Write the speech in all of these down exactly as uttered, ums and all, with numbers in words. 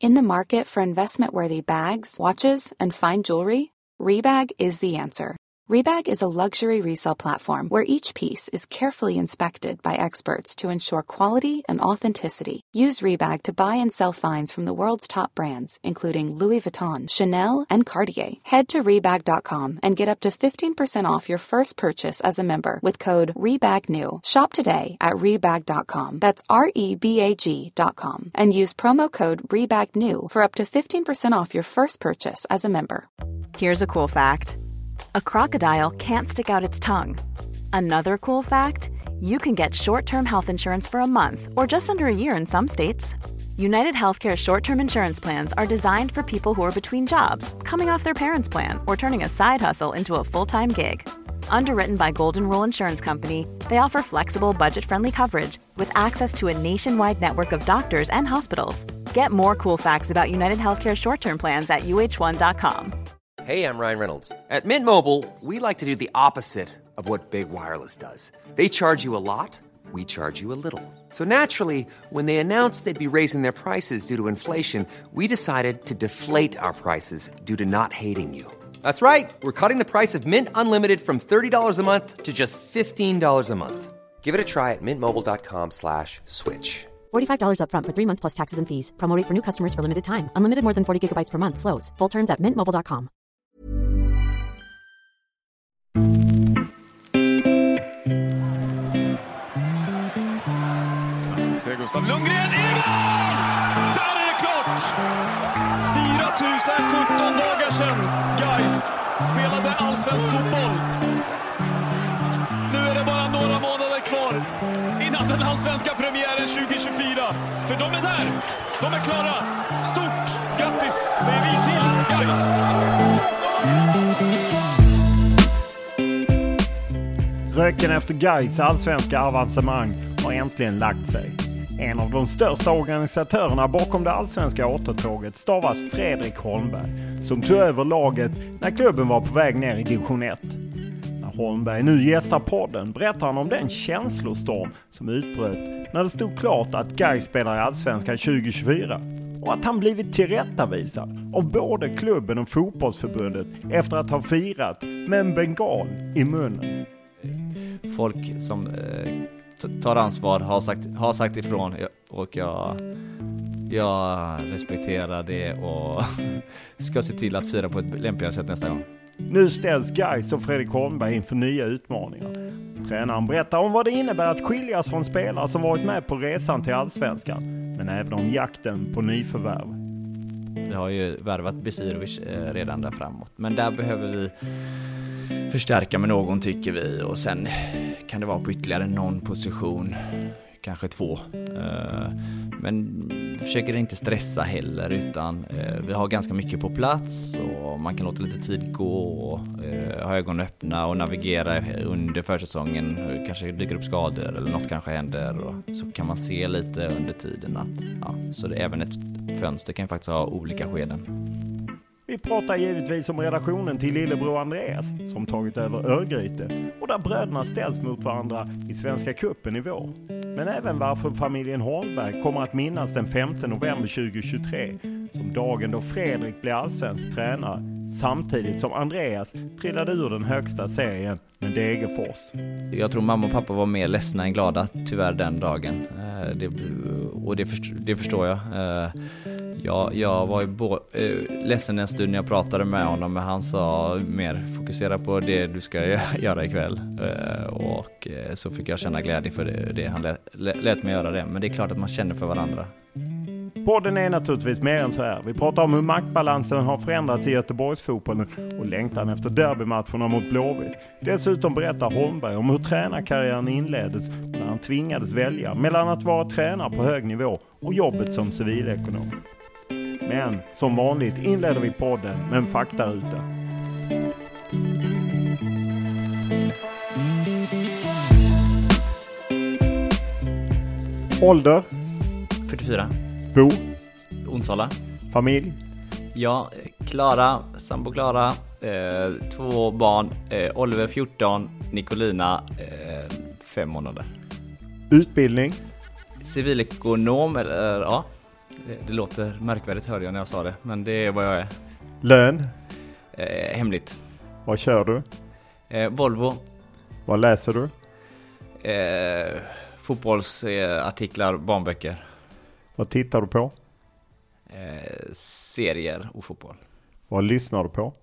In the market for investment-worthy bags, watches, and fine jewelry, Rebag is the answer. Rebag is a luxury resale platform where each piece is carefully inspected by experts to ensure quality and authenticity. Use Rebag to buy and sell finds from the world's top brands, including Louis Vuitton, Chanel, and Cartier. Head to Rebag dot com and get up to fifteen percent off your first purchase as a member with code REBAGNEW. Shop today at Rebag dot com. That's R E B A G dot com. And use promo code REBAGNEW for up to fifteen percent off your first purchase as a member. Here's a cool fact. A crocodile can't stick out its tongue. Another cool fact, you can get short-term health insurance for a month or just under a year in some states. United Healthcare short-term insurance plans are designed for people who are between jobs, coming off their parents' plan, or turning a side hustle into a full-time gig. Underwritten by Golden Rule Insurance Company, they offer flexible, budget-friendly coverage with access to a nationwide network of doctors and hospitals. Get more cool facts about United Healthcare short-term plans at U H one dot com. Hey, I'm Ryan Reynolds. At Mint Mobile, we like to do the opposite of what Big Wireless does. They charge you a lot, we charge you a little. So naturally, when they announced they'd be raising their prices due to inflation, we decided to deflate our prices due to not hating you. That's right. We're cutting the price of Mint Unlimited from thirty dollars a month to just fifteen dollars a month. Give it a try at mintmobile.com slash switch. forty-five dollars up front for three months plus taxes and fees. Promo rate for new customers for limited time. Unlimited more than forty gigabytes per month. Slows full terms at mint mobile dot com. Se Gustav Lundgren i mål! Där är det klart! fyra tusen sjutton dagar sedan Gais spelade allsvensk fotboll. Nu är det bara några månader kvar innan den allsvenska premiären tjugo tjugofyra. För de är där, de är klara. Stort grattis säger vi till Gais! Röken efter Gais allsvenska avancemang har äntligen lagt sig. En av de största organisatörerna bakom det allsvenska återtåget stavas Fredrik Holmberg, som tog över laget när klubben var på väg ner i division ett. När Holmberg nu gästar podden berättar han om den känslostorm som utbröt när det stod klart att Gais spelar i allsvenskan tjugo tjugofyra och att han blivit tillrättavisad av både klubben och fotbollsförbundet efter att ha firat med en bengal i munnen. Folk som eh, tar ansvar har sagt, har sagt ifrån och jag, jag respekterar det och ska se till att fira på ett lämpligare sätt nästa gång. Nu ställs Gais och Fredrik Holmberg inför nya utmaningar. Tränaren berättar om vad det innebär att skiljas från spelare som varit med på resan till allsvenskan, men även om jakten på nyförvärv. Vi har ju värvat Besirovic redan där framåt, men där behöver vi förstärka med någon tycker vi, och sen kan det vara på ytterligare någon position, kanske två. Men vi försöker inte stressa heller, utan vi har ganska mycket på plats och man kan låta lite tid gå och ha ögonen öppna och navigera under försäsongen. Kanske dyker upp skador eller något kanske händer, och så kan man se lite under tiden att ja, så det, även ett fönster kan faktiskt ha olika skeden. Vi pratar givetvis om relationen till lillebror Andreas som tagit över Örgryte och där bröderna ställs mot varandra i Svenska cupen i vår. Men även varför familjen Holmberg kommer att minnas den femte november tjugohundratjugotre som dagen då Fredrik blev allsvensk tränare samtidigt som Andreas trillade ur den högsta serien med Degerfors. Jag tror mamma och pappa var mer ledsna än glada tyvärr den dagen. Det, och det, förstår, det förstår jag. Jag, jag var ju bo, äh, ledsen en stund när jag pratade med honom, men han sa mer fokusera på det du ska göra ikväll. Äh, och äh, så fick jag känna glädje för det, det han lät, lät mig göra det. Men det är klart att man känner för varandra. Podden är naturligtvis mer än så här. Vi pratar om hur maktbalansen har förändrats i Göteborgsfotbollen och längtan efter derbymatcherna mot Blåvitt. Dessutom berättar Holmberg om hur tränarkarriären inleddes när han tvingades välja mellan att vara tränare på hög nivå och jobbet som civilekonom. Men som vanligt inleder vi podden med en faktaruta. Ålder? fyrtiofyra. Bo? Onsala. Familj? Ja, Klara, sambo Klara, eh, två barn, eh, Oliver fjorton, Nicolina eh, fem månader. Utbildning? Civilekonom, eller ja, Det, det låter märkvärdigt hörde jag när jag sa det, men det är vad jag är. Lön? Eh, hemligt. Vad kör du? Eh, Volvo. Vad läser du? Eh, fotbollsartiklar, barnböcker. Vad tittar du på? Eh, serier och fotboll. Vad lyssnar du på?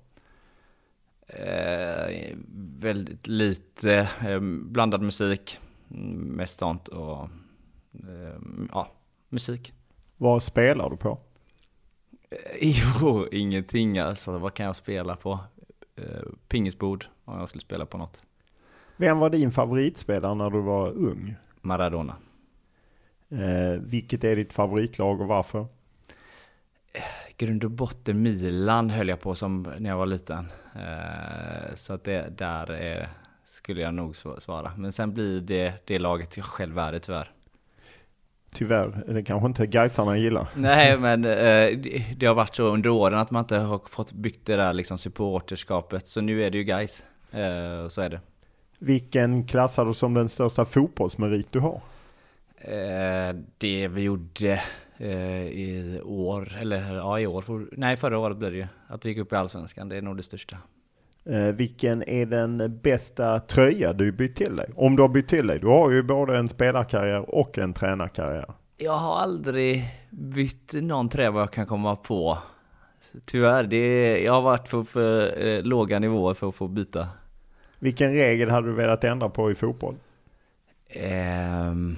Eh, väldigt lite eh, blandad musik, mest sånt och eh, ja, musik. Vad spelar du på? Eh, jo, ingenting alltså. Vad kan jag spela på? Eh, pingisbord om jag skulle spela på något. Vem var din favoritspelare när du var ung? Maradona. Eh, vilket är ditt favoritlag och varför? Grund och botten Milan höll jag på som när jag var liten. Eh, så att det där är, skulle jag nog svara. Men sen blir det det laget jag själv är det tyvärr. Tyvärr, det kanske inte Gaisarna gillar. Nej, men eh, det, det har varit så under åren att man inte har fått byggt det där liksom supporterskapet. Så nu är det ju Gais. Eh, så är det. Vilken klassar du som den största fotbollsmerit du har? Eh, det vi gjorde eh, i år, eller ja i år, för, nej förra året blev det ju, att vi gick upp i Allsvenskan, det är nog det största. Eh, vilken är den bästa tröja du bytt till dig? Om du har bytt till dig, du har ju både en spelarkarriär och en tränarkarriär. Jag har aldrig bytt någon tröja vad jag kan komma på. Tyvärr, det är, jag har varit på för eh, låga nivåer för att få byta. Vilken regel hade du velat ändra på i fotboll? Um,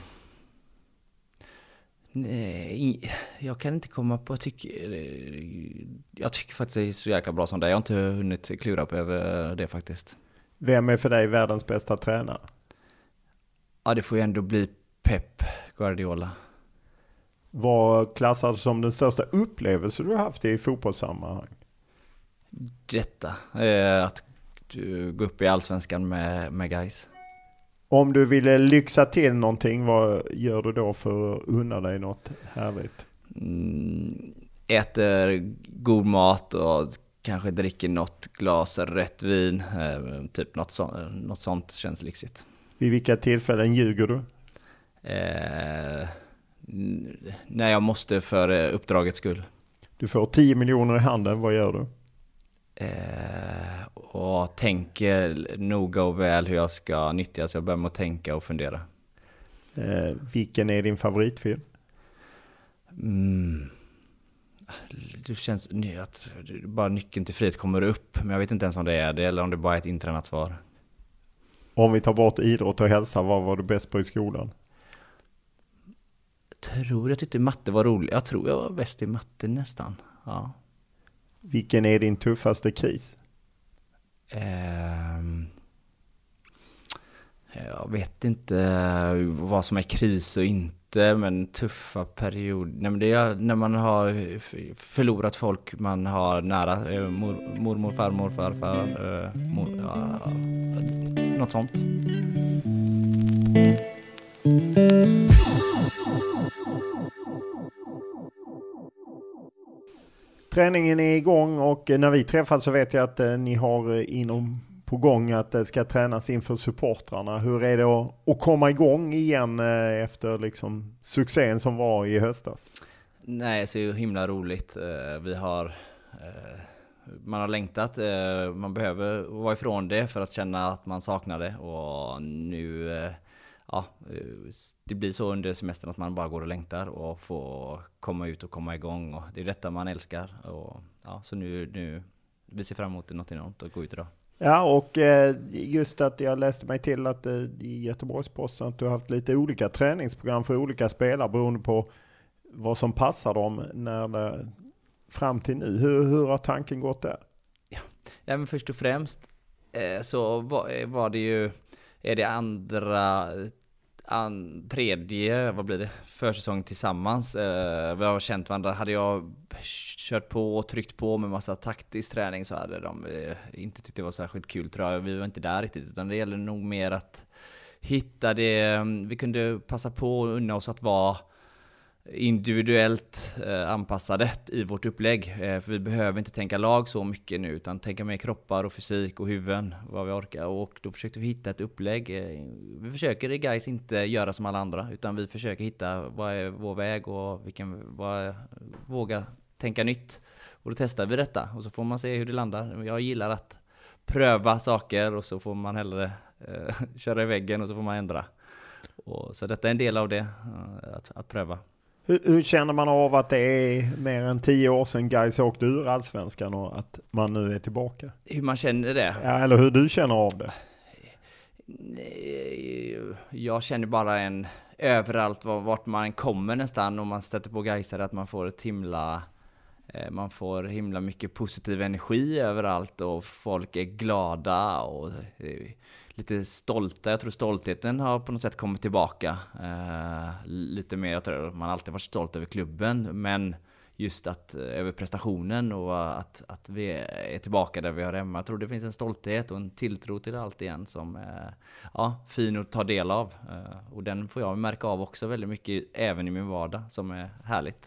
nej, jag kan inte komma på. Jag tycker, jag tycker faktiskt det är så jäkla bra som det. Jag har inte hunnit klura på över det faktiskt. Vem är för dig världens bästa tränare? Ja, det får ju ändå bli Pep Guardiola. Vad klassar du som den största upplevelse du har haft i fotbollssammanhang? Detta, eh, att du går upp i Allsvenskan med, med Gais. Om du ville lyxa till någonting, vad gör du då för att unna dig något härligt? Mm, äter god mat och kanske dricker något glas rött vin. Eh, typ något, så, något sånt känns lyxigt. Vid vilka tillfällen ljuger du? Eh, när jag måste för eh, uppdragets skull. Du får tio miljoner i handen, vad gör du? Eh, och tänker noga och väl hur jag ska nyttja, så jag börjar med att tänka och fundera. Eh, vilken är din favoritfilm? Mm. Det känns att bara nyckeln till frihet kommer upp, men jag vet inte ens om det är det eller om det bara är ett intränat svar. Om vi tar bort idrott och hälsa, vad var du bäst på i skolan? Jag tror jag tyckte matte var roligt. Jag tror jag var bäst i matte nästan. Ja. Vilken är din tuffaste kris? Um, jag vet inte vad som är kris och inte, men tuffa perioder. Nej, men det är när man har förlorat folk man har nära. Mor, mormor, farmor, farfar. Mor, ja, något sånt. Träningen är igång och när vi träffas så vet jag att eh, ni har inom på gång att det ska tränas inför supportrarna. Hur är det att, att komma igång igen eh, efter liksom succén som var i höstas? Nej, så är det himla roligt. Eh, vi har eh, man har längtat. Eh, man behöver vara ifrån det för att känna att man saknar det. Och nu eh, ja, det blir så under semestern att man bara går och längtar och får komma ut och komma igång. Och det är detta man älskar. Och, ja, så nu, nu vi ser fram emot något enormt att gå ut idag. Ja, och eh, just att jag läste mig till att eh, i Göteborgs-Posten att du har haft lite olika träningsprogram för olika spelare beroende på vad som passar dem när det, fram till nu. Hur, hur har tanken gått där? Ja, ja men först och främst eh, så var, var det ju är det andra an, tredje, vad blir det, försäsong tillsammans. Eh, vi har känt varandra. Hade jag kört på och tryckt på med massa taktisk träning så hade de eh, inte tyckt det var särskilt kul, tror jag. Vi var inte där riktigt, utan det gäller nog mer att hitta det. Vi kunde passa på och unna oss att vara individuellt eh, anpassade i vårt upplägg. Eh, för vi behöver inte tänka lag så mycket nu, utan tänka mer kroppar och fysik och huvuden, vad vi orkar. Och då försökte vi hitta ett upplägg. Eh, vi försöker i guys inte göra som alla andra, utan vi försöker hitta vad är vår väg och vilken, vad är, våga tänka nytt. Och då testar vi detta och så får man se hur det landar. Jag gillar att pröva saker och så får man hellre eh, köra i väggen och så får man ändra. Och, så detta är en del av det, eh, att, att pröva. Hur, hur känner man av att det är mer än tio år sedan guys åkte ur Allsvenskan och att man nu är tillbaka? Hur man känner det? Ja, eller hur du känner av det? Jag känner bara en överallt vart man kommer nästan om man sätter på guysare att man får ett himla man får himla mycket positiv energi överallt och folk är glada och lite stolta. Jag tror stoltheten har på något sätt kommit tillbaka eh, lite mer. Jag tror man alltid varit stolt över klubben, men just att över prestationen och att, att vi är tillbaka där vi har hemma. Jag tror det finns en stolthet och en tilltro till allt igen som är ja, fin att ta del av. Eh, och den får jag märka av också väldigt mycket även i min vardag som är härligt.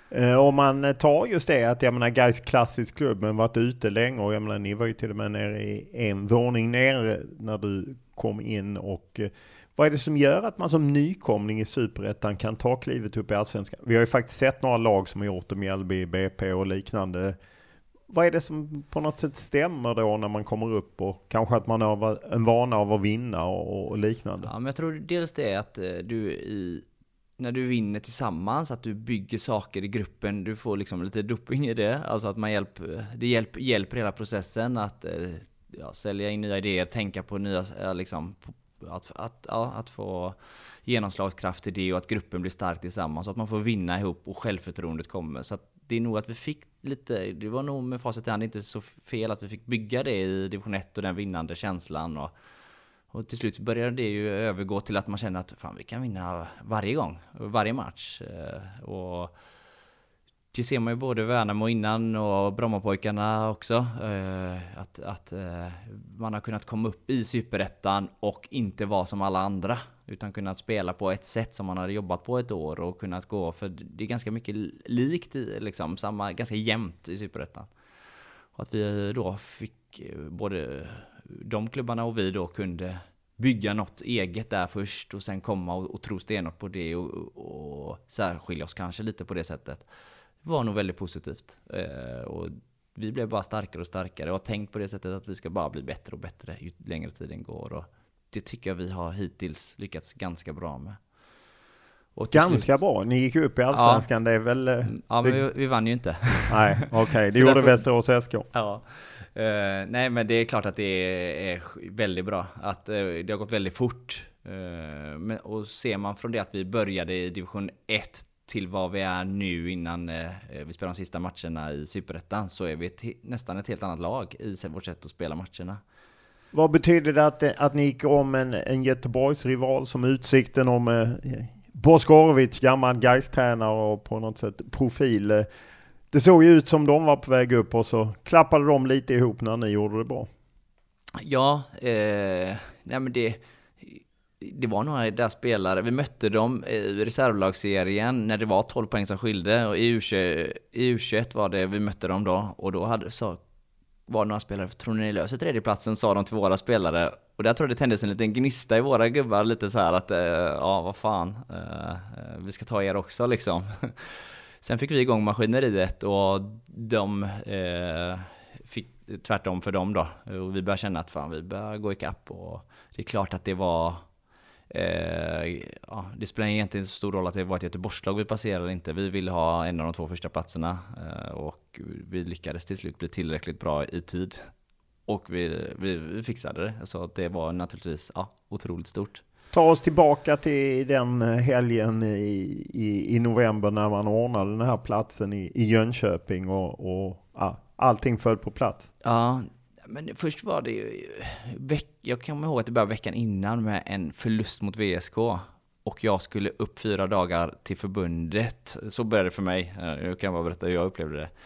Om man tar just det att jag menar guys klassisk klubb men varit ute länge och jag menar ni var ju till och med nere i en våning nere när du kom in och vad är det som gör att man som nykomling i Superettan kan ta klivet upp i Allsvenskan? Vi har ju faktiskt sett några lag som har gjort det, Mjällby, B P och liknande. Vad är det som på något sätt stämmer då när man kommer upp och kanske att man har en vana av att vinna och, och liknande? Ja, men jag tror dels det är att du i när du vinner tillsammans, att du bygger saker i gruppen, du får liksom lite doping i det, alltså att man hjälper, det hjälper, hjälper hela processen att ja, sälja in nya idéer, tänka på nya, liksom, att, att, ja, att få genomslagskraft i det och att gruppen blir stark tillsammans, så att man får vinna ihop och självförtroendet kommer. Så att det är nog att vi fick lite, det var nog med facit i hand inte så fel att vi fick bygga det i division ett och den vinnande känslan och Och till slut började det ju övergå till att man känner att fan, vi kan vinna varje gång, varje match. Och det ser man ju både Värnamo innan och Brommapojkarna också. Att, att man har kunnat komma upp i Superettan och inte vara som alla andra. Utan kunnat spela på ett sätt som man hade jobbat på ett år och kunnat gå. För det är ganska mycket likt, liksom, samma, ganska jämnt i Superettan. Och att vi då fick både de klubbarna och vi då kunde bygga något eget där först och sen komma och, och tro stenhårt på det och, och, och särskilja oss kanske lite på det sättet. Det var nog väldigt positivt. Eh, och vi blev bara starkare och starkare och har tänkt på det sättet att vi ska bara bli bättre och bättre ju längre tiden går. Och det tycker jag vi har hittills lyckats ganska bra med. Ganska slut, bra. Ni gick upp i Allsvenskan, ja, det är väl... Ja, det... men vi, vi vann ju inte. Nej, okej. Okay. Det gjorde därför... Västerås S K. Ja. Uh, nej, men det är klart att det är, är väldigt bra. Att uh, det har gått väldigt fort. Uh, men, och ser man från det att vi började i division ett till vad vi är nu innan uh, vi spelar de sista matcherna i Superettan, så är vi ett, nästan ett helt annat lag i vårt sätt att spela matcherna. Vad betyder det att, att ni gick om en, en Göteborgs rival som Utsikten om... Uh, Boskorovic, gammal Gais-tränare och på något sätt profil. Det såg ju ut som de var på väg upp och så klappade de lite ihop när ni gjorde det bra. Ja, eh, nej men det, det var några där spelare. Vi mötte dem i reservlagsserien när det var tolv poäng som skilde. Och i U tjugoett var det vi mötte dem då. Och då hade, så var det några spelare, tror ni löser tredjeplatsen, sa de till våra spelare. Och där tror jag det tändes en liten gnista i våra gubbar, lite så här att, eh, ja vad fan, eh, vi ska ta er också liksom. Sen fick vi igång maskineriet och de eh, fick tvärtom för dem då. Och vi började känna att fan, vi börjar gå ikapp. Och det är klart att det var, eh, ja, det spelar egentligen så stor roll att det var ett Göteborgslag vi passerade inte. Vi ville ha en av de två första platserna eh, och vi lyckades till slut bli tillräckligt bra i tid. Och vi, vi, vi fixade det. Så det var naturligtvis ja, otroligt stort. Ta oss tillbaka till den helgen i, i, i november när man ordnade den här platsen i, i Jönköping och, och ja, allting föll på plats. Ja, men först var det ju... Veck, jag kommer ihåg att det började veckan innan med en förlust mot V S K. Och jag skulle upp fyra dagar till förbundet. Så började det för mig. Jag kan bara berätta hur jag upplevde det.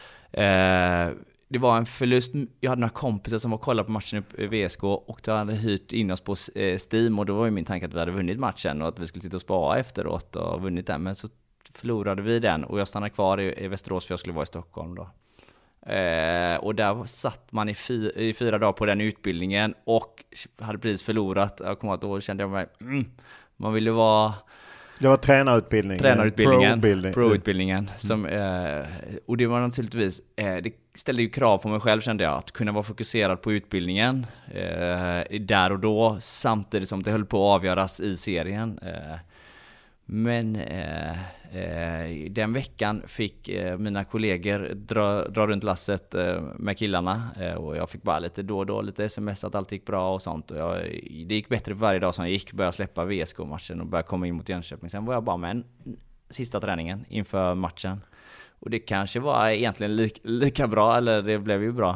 Eh, Det var en förlust. Jag hade några kompisar som var och kollade på matchen i V S K och de hade hyrt in oss på Steam och då var ju min tanke att vi hade vunnit matchen och att vi skulle sitta och spara efteråt och vunnit den. Men så förlorade vi den och jag stannade kvar i, i Västerås för jag skulle vara i Stockholm då. Eh, och där satt man i, fy, i fyra dagar på den utbildningen och hade precis förlorat. Jag kommer att då kände jag mig, mm, man ville vara... Det var tränarutbildningen. Tränarutbildningen, pro-utbildning. pro-utbildningen. Mm. Som, eh, och det var naturligtvis, eh, det ställde ju krav på mig själv kände jag, att kunna vara fokuserad på utbildningen eh, där och då, samtidigt som det höll på att avgöras i serien. Eh, men eh, eh, den veckan fick eh, mina kollegor dra, dra runt lasset eh, med killarna eh, och jag fick bara lite då och då lite sms att allt gick bra och sånt. Och jag, det gick bättre varje dag som jag gick, började släppa V S K-matchen och började komma in mot Jönköping. Sen var jag bara med en sista träningen inför matchen. Och det kanske var egentligen li, lika bra, eller det blev ju bra.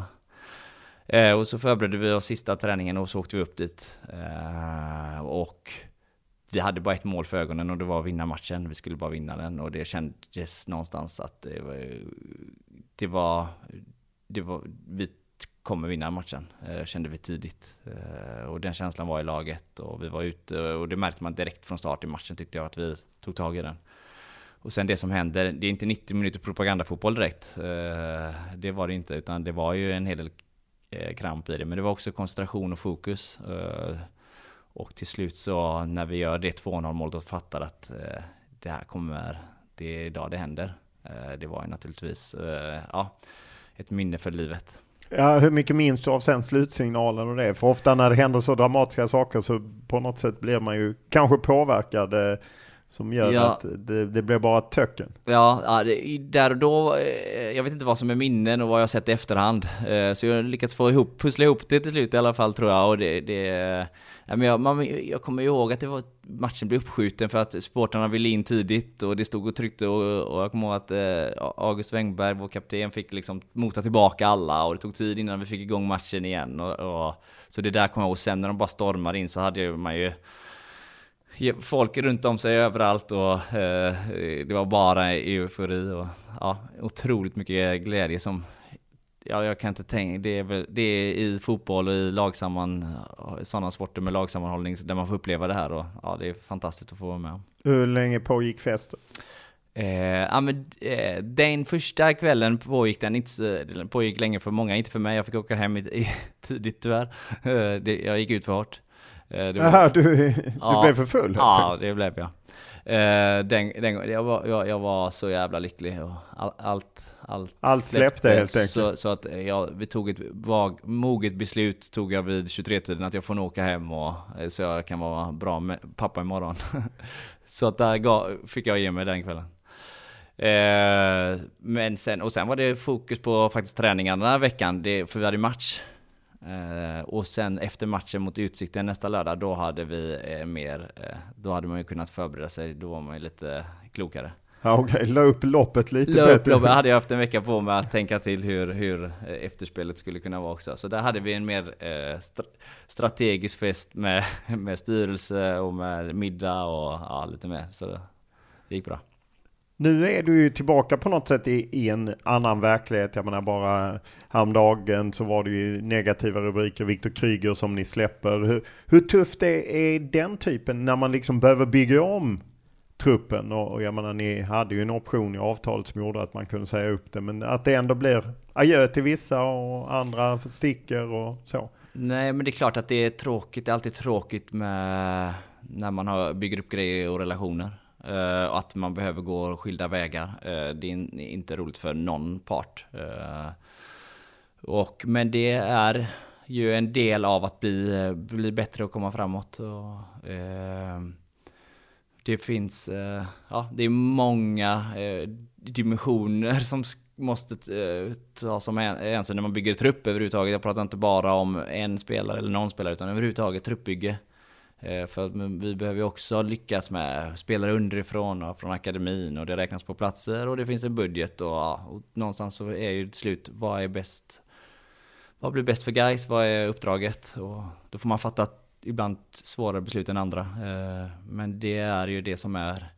Eh, och så förberedde vi oss sista träningen och så åkte vi upp dit. Eh, och vi hade bara ett mål för ögonen och det var att vinna matchen. Vi skulle bara vinna den och det kändes någonstans att det var, det var, det var vi kommer vinna matchen, eh, kände vi tidigt. Eh, och den känslan var i laget och vi var ute och det märkte man direkt från start i matchen tyckte jag att vi tog tag i den. Och sen det som händer, det är inte nittio minuter propagandafotboll direkt. Eh, det var det inte, utan det var ju en hel del eh, kramp i det. Men det var också koncentration och fokus. Eh, och till slut så när vi gör det två noll mål då fattar att eh, det här kommer, det är idag det händer. Eh, det var ju naturligtvis eh, ja, ett minne för livet. Ja, hur mycket minns du av sen slutsignalen och det? För ofta när det händer så dramatiska saker så på något sätt blir man ju kanske påverkad eh, som gör ja. att det, det blir bara töcken. Ja, ja det, där och då, eh, jag vet inte vad som är minnen och vad jag har sett i efterhand. Eh, så jag har lyckats få ihop, pussla ihop det till slut i alla fall tror jag. Och det, det, ja, men jag, man, jag kommer ihåg att det var, matchen blev uppskjuten för att sportarna ville in tidigt och det stod och tryckte och, och jag kommer ihåg att eh, August Wengberg, vår kapten, fick liksom mota tillbaka alla och det tog tid innan vi fick igång matchen igen. Och, och, så det där kommer jag ihåg. Sen när de bara stormade in så hade man ju folk runt om sig överallt och eh, det var bara eufori och ja, otroligt mycket glädje som ja, jag kan inte tänka, det är väl, det är i fotboll och i lagsamman, sådana sporter med lagsammanhållning där man får uppleva det här och ja, det är fantastiskt att få vara med. Hur länge pågick festen? Eh, ja, men, eh, den första kvällen pågick den inte den pågick länge för många, inte för mig, jag fick åka hem i, i, tidigt tyvärr. Eh, det, jag gick ut för hårt. Det var, Aha, du du ja, blev för full? Ja, det blev jag. Eh, den, den, jag, var, jag, jag var så jävla lycklig. Och all, allt, allt, allt släppte, släppte helt enkelt. Så, så att jag, vi tog ett vag, moget beslut tog jag vid tjugotre-tiden att jag får åka hem och, så jag kan vara bra med pappa imorgon. Så att där gav, fick jag ge mig den kvällen. Eh, men sen, och sen var det fokus på faktiskt träningarna den här veckan, det, för vi hade match. Uh, och sen efter matchen mot Utsikten nästa lördag då hade vi eh, mer eh, då hade man ju kunnat förbereda sig, då var man ju lite klokare. Ja, okej, la upp loppet lite la bättre. Loppet hade jag haft en vecka på mig att tänka till hur, hur efterspelet skulle kunna vara också. Så där hade vi en mer eh, st- strategisk fest med, med styrelse och med middag och ja, lite mer, så det, det gick bra. Nu är du ju tillbaka på något sätt i, i en annan verklighet. Jag menar bara häromdagen så var det ju negativa rubriker. Viktor Kryger som ni släpper. Hur, hur tufft är, är den typen när man liksom behöver bygga om truppen? Och, och jag menar ni hade ju en option i avtalet som gjorde att man kunde säga upp det. Men att det ändå blir adjö till vissa och andra sticker och så. Nej, men det är klart att det är tråkigt. Det är alltid tråkigt med när man har, bygger upp grejer och relationer. Uh, att man behöver gå skilda vägar. Uh, det är inte roligt för någon part. Uh, och, men det är ju en del av att bli, bli bättre och komma framåt. Och, uh, det finns uh, ja, det är många uh, dimensioner som måste uh, ta som hänsyn när man bygger trupp överhuvudtaget. Jag pratar inte bara om en spelare eller någon spelare utan överhuvudtaget truppbygge. För att vi behöver ju också lyckas med spelare underifrån och från akademin och det räknas på platser och det finns en budget och, och någonstans så är ju till slut vad är bäst, vad blir bäst för guys, vad är uppdraget och då får man fatta ibland svårare beslut än andra, men det är ju det som är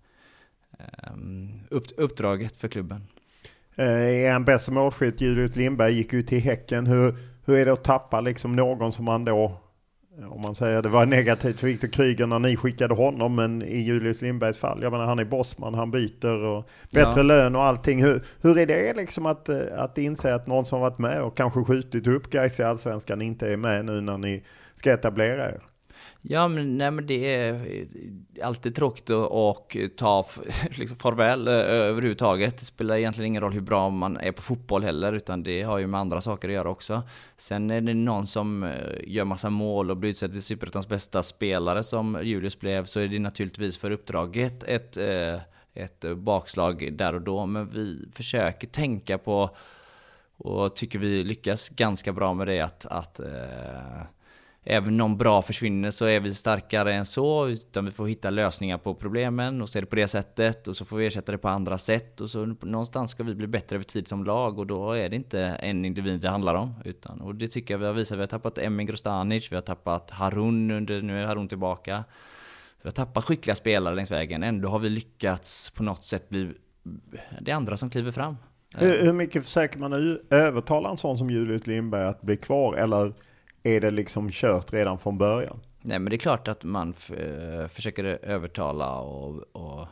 uppdraget för klubben. Är han bäst som målskytt? Julius Lindberg gick ut till Häcken. Hur, hur är det att tappa liksom någon som man då om man säger det var negativt för Viktor Kryger när ni skickade honom, men i Julius Lindbergs fall, jag menar han är bossman, han byter och bättre ja. lön och allting. Hur, hur är det liksom att, att inse att någon som varit med och kanske skjutit upp Gais i Allsvenskan inte är med nu när ni ska etablera er? Ja, men, nej, men det är alltid tråkigt att och ta liksom, farväl eh, överhuvudtaget. Det spelar egentligen ingen roll hur bra man är på fotboll heller, utan det har ju med andra saker att göra också. Sen är det någon som eh, gör massa mål och blir utsedd till Superettans bästa spelare som Julius blev, så är det naturligtvis för uppdraget ett, eh, ett bakslag där och då. Men vi försöker tänka på, och tycker vi lyckas ganska bra med det, att... att eh, även någon bra försvinner så är vi starkare än så, utan vi får hitta lösningar på problemen och se det på det sättet, och så får vi ersätta det på andra sätt, och så någonstans ska vi bli bättre över tid som lag, och då är det inte en individ det handlar om, utan, och det tycker jag vi har visat. Vi har tappat Emin Grostanic, vi har tappat Harun, under, nu är Harun tillbaka, vi har tappat skickliga spelare längs vägen, ändå har vi lyckats på något sätt bli det andra som kliver fram. Hur, hur mycket försöker man övertala en sån som Julius Lindberg att bli kvar, eller är det liksom kört redan från början? Nej, men det är klart att man f- försöker övertala och, och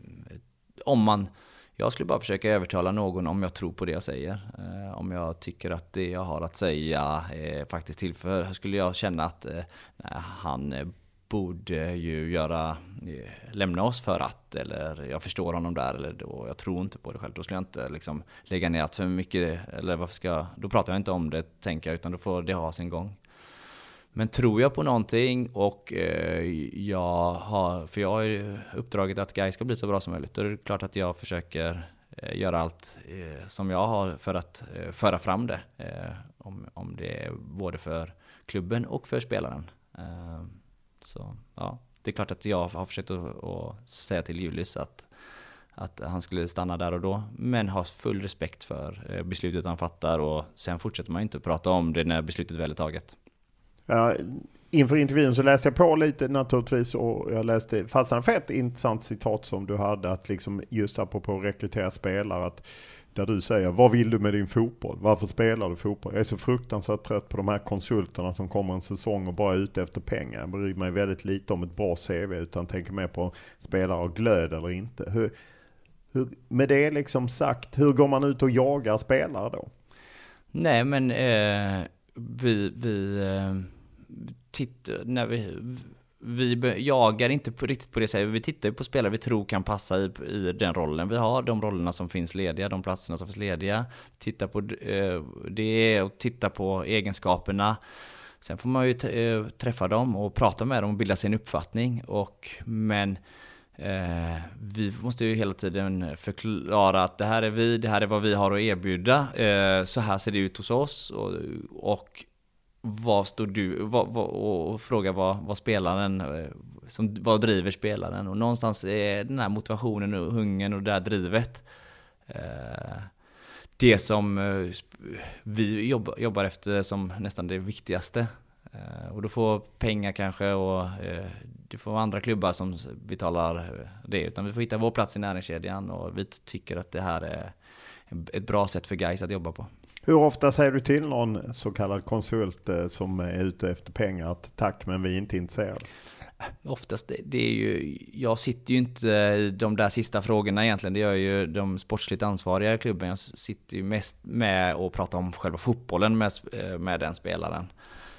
om man, jag skulle bara försöka övertala någon om jag tror på det jag säger. Eh, om jag tycker att det jag har att säga är faktiskt tillför. Skulle jag känna att eh, nej, han borde ju göra, lämna oss för att, eller jag förstår honom där, eller då, jag tror inte på det själv, då skulle jag inte liksom lägga ner för mycket, eller varför ska, då pratar jag inte om det, tänker jag, utan då får det ha sin gång. Men tror jag på någonting och eh, jag har, för jag har ju uppdraget att Gais ska bli så bra som möjligt, då är det klart att jag försöker eh, göra allt eh, som jag har för att eh, föra fram det, eh, om, om det är både för klubben och för spelaren. Eh, Så ja, det är klart att jag har försökt att, att säga till Julius att, att han skulle stanna där och då, men har full respekt för beslutet han fattar, och sen fortsätter man inte prata om det när beslutet väl är taget. Ja, inför intervjun så läste jag på lite naturligtvis, och jag läste fastnade för ett intressant citat som du hade, att liksom just apropå att rekrytera spelare, att där du säger, vad vill du med din fotboll? Varför spelar du fotboll? Jag är så fruktansvärt trött på de här konsulterna som kommer en säsong och bara är ute efter pengar. Jag bryr mig väldigt lite om ett bra C V, utan tänker mer på spelare och glöd eller inte. Hur, hur, med det liksom sagt, hur går man ut och jagar spelare då? Nej, men eh, vi, vi eh, tittar, när vi... Vi jagar inte på, riktigt på det sättet. Vi tittar på spelare vi tror kan passa i, i den rollen. Vi har de rollerna som finns lediga, de platserna som finns lediga. Titta på eh, det och titta på egenskaperna. Sen får man ju t- eh, träffa dem och prata med dem och bilda sin uppfattning. Och, men eh, vi måste ju hela tiden förklara att det här är vi, det här är vad vi har att erbjuda. Eh, så här ser det ut hos oss. Och, och vad står du vad, vad, och fråga vad, vad spelaren som, vad driver spelaren, och någonstans är den här motivationen och hungern och det där drivet eh, det som eh, vi jobba, jobbar efter som nästan det viktigaste, eh, och då får pengar kanske och eh, det får andra klubbar som betalar det, utan vi får hitta vår plats i näringskedjan, och vi tycker att det här är ett bra sätt för Gais att jobba på. Hur ofta säger du till någon så kallad konsult som är ute efter pengar att tack, men vi är inte intresserade? Oftast, det, det är ju, jag sitter ju inte i de där sista frågorna egentligen, det gör ju de sportsligt ansvariga i klubben. Jag sitter ju mest med och pratar om själva fotbollen med, med den spelaren.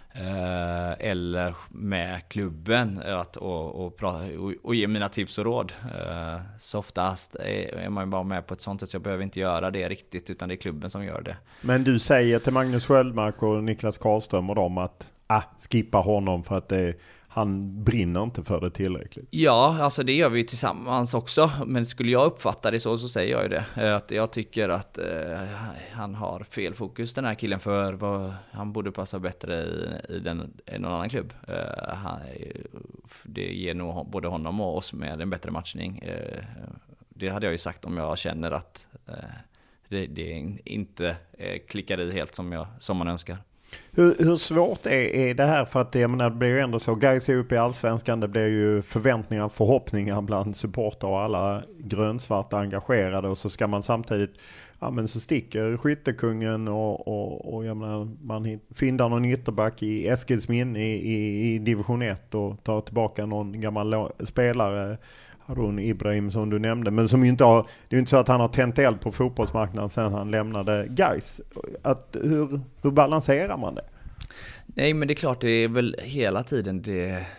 Eh, eller med klubben att, och, och, prata, och, och ge mina tips och råd. Eh, så oftast är, är man bara med på ett sånt sätt, så jag behöver inte göra det riktigt, utan det är klubben som gör det. Men du säger till Magnus Sköldmark och Niklas Karlström och dem att ah, skippa honom för att det, han brinner inte för det tillräckligt. Ja, alltså det gör vi tillsammans också. Men skulle jag uppfatta det så, så säger jag ju det. Att jag tycker att eh, han har fel fokus, den här killen, för vad, han borde passa bättre i, i, den, i någon annan klubb. Eh, han, det ger nog både honom och oss med en bättre matchning. Eh, det hade jag ju sagt om jag känner att eh, det, det inte eh, klickar i helt som, jag, som man önskar. Hur, hur svårt är, är det här? För att jag menar, det blir ju ändå så. Gais är uppe i Allsvenskan. Det blir ju förväntningar, förhoppningar bland supporter och alla grönsvarta engagerade. Och så ska man samtidigt, ja men så sticker skyttekungen och, och, och jag menar, man fyndar någon ytterback i Eskilsminne i, i, i division ett och tar tillbaka någon gammal lo- spelare, Harun Ibrahim som du nämnde, men som ju inte har, det är ju inte så att han har tänt eld på fotbollsmarknaden sen han lämnade Gais. Att hur, hur balanserar man det? Nej, men det är klart, det är väl hela tiden det är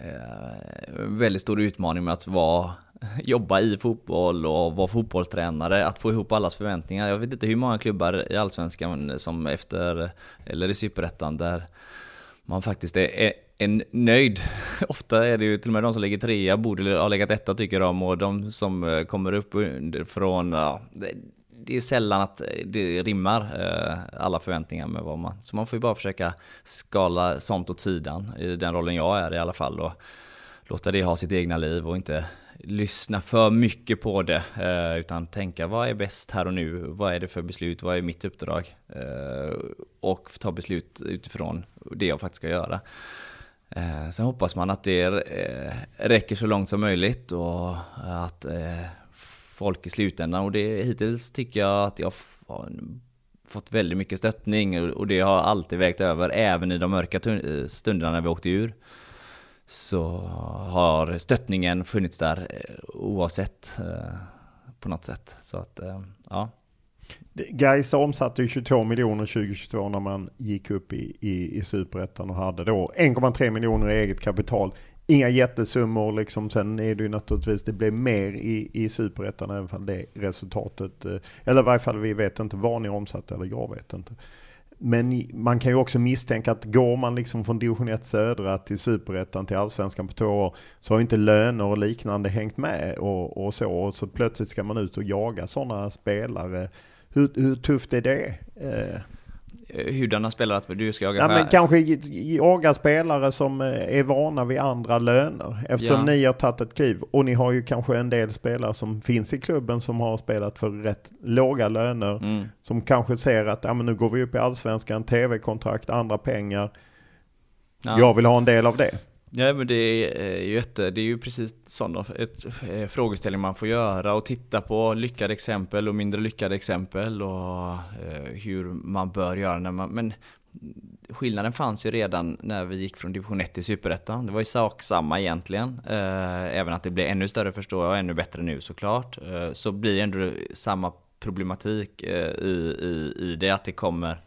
en väldigt stor utmaning med att vara, jobba i fotboll och vara fotbollstränare, att få ihop allas förväntningar. Jag vet inte hur många klubbar i Allsvenskan som efter, eller i Superettan, där man faktiskt är, är en nöjd. Ofta är det ju till och med de som lägger trea borde ha legat etta tycker de, och de som kommer upp från, ja, det, det är sällan att det rimmar eh, alla förväntningar med vad man, så man får ju bara försöka skala sånt åt sidan i den rollen jag är i alla fall, och låta det ha sitt egna liv och inte lyssna för mycket på det, eh, utan tänka vad är bäst här och nu, vad är det för beslut, vad är mitt uppdrag, eh, och ta beslut utifrån det jag faktiskt ska göra. Eh, sen hoppas man att det eh, räcker så långt som möjligt och att eh, folk i slutändan, och det hittills tycker jag att jag har fått väldigt mycket stöttning, och det har alltid vägt över även i de mörka stunderna när vi åkte ur, så har stöttningen funnits där oavsett eh, på något sätt. Så att eh, ja. Gais omsatte ju tjugotvå miljoner tjugohundratjugotvå när man gick upp i, i, i Superettan och hade då en komma tre miljoner i eget kapital. Inga jättesummor liksom. Sen är det ju naturligtvis, det blev mer i, i Superettan även om det resultatet, eller i varje fall vi vet inte vad ni omsatte, eller jag vet inte. Men man kan ju också misstänka att går man liksom från division ett södra till Superettan till Allsvenskan på två år, så har inte löner och liknande hängt med och, och så. Och så plötsligt ska man ut och jaga sådana spelare. Hur, hur tufft är det? Eh. Hurdana spelare att du ska jaga? Ja, men kanske jaga spelare som är vana vid andra löner. Eftersom ja. ni har tagit ett kliv. Och ni har ju kanske en del spelare som finns i klubben som har spelat för rätt låga löner. Mm. Som kanske ser att ja, men nu går vi upp i Allsvenskan, tv-kontrakt, andra pengar. Ja. Jag vill ha en del av det. Ja, men det är ju jätte, det är ju precis sådana ett, ett frågeställning man får göra och titta på lyckade exempel och mindre lyckade exempel och eh, hur man bör göra när man, men skillnaden fanns ju redan när vi gick från division ett till Superettan. Det var ju sak samma egentligen, eh, även att det blir ännu större förstår jag och ännu bättre nu såklart, eh, så blir ändå samma problematik eh, i, i, i det att det kommer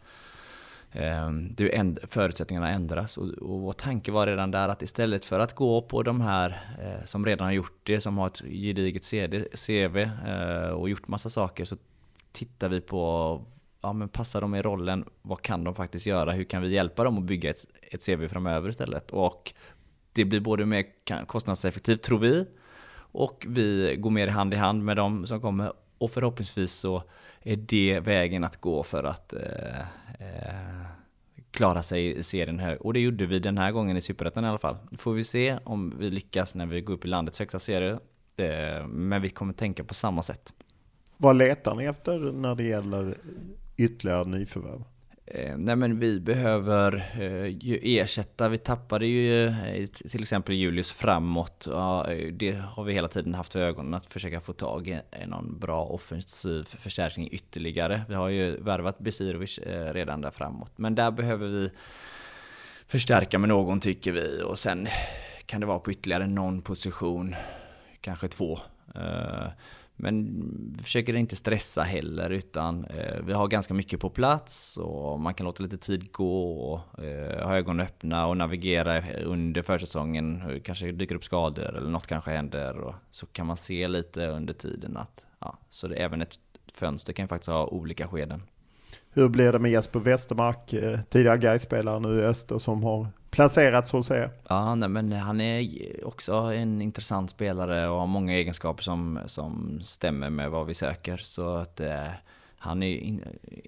Det änd- förutsättningarna ändras, och, och vår tanke var redan där att istället för att gå på de här eh, som redan har gjort det, som har ett gediget C V eh, och gjort massa saker, så tittar vi på, ja men passar de i rollen, vad kan de faktiskt göra, hur kan vi hjälpa dem att bygga ett, ett C V framöver istället, och det blir både mer kostnadseffektivt tror vi, och vi går mer hand i hand med dem som kommer, och förhoppningsvis så är det vägen att gå för att eh, eh, klara sig i serien här. Och det gjorde vi den här gången i Superettan i alla fall. Får vi se om vi lyckas när vi går upp i landets högsta serie. Eh, men vi kommer tänka på samma sätt. Vad letar ni efter när det gäller ytterligare nyförvärv? Eh, nej men vi behöver eh, ju ersätta, vi tappade ju eh, till exempel Julius framåt, ja, det har vi hela tiden haft för ögonen att försöka få tag i någon bra offensiv förstärkning ytterligare. Vi har ju värvat Besirovic eh, redan där framåt, men där behöver vi förstärka med någon tycker vi, och sen kan det vara på ytterligare någon position, kanske två. Eh, Men vi försöker inte stressa heller, utan eh, vi har ganska mycket på plats och man kan låta lite tid gå och eh, ha ögonen öppna och navigera under försäsongen. Kanske dyker upp skador eller något kanske händer, och så kan man se lite under tiden att ja, så det, även ett fönster kan faktiskt ha olika skeden. Hur blir det med Jesper Westermark, tidigare Gais-spelare nu i Öster, som har placerats hos er? Ja, nej, men han är också en intressant spelare och har många egenskaper som, som stämmer med vad vi söker. Så att eh, han är in,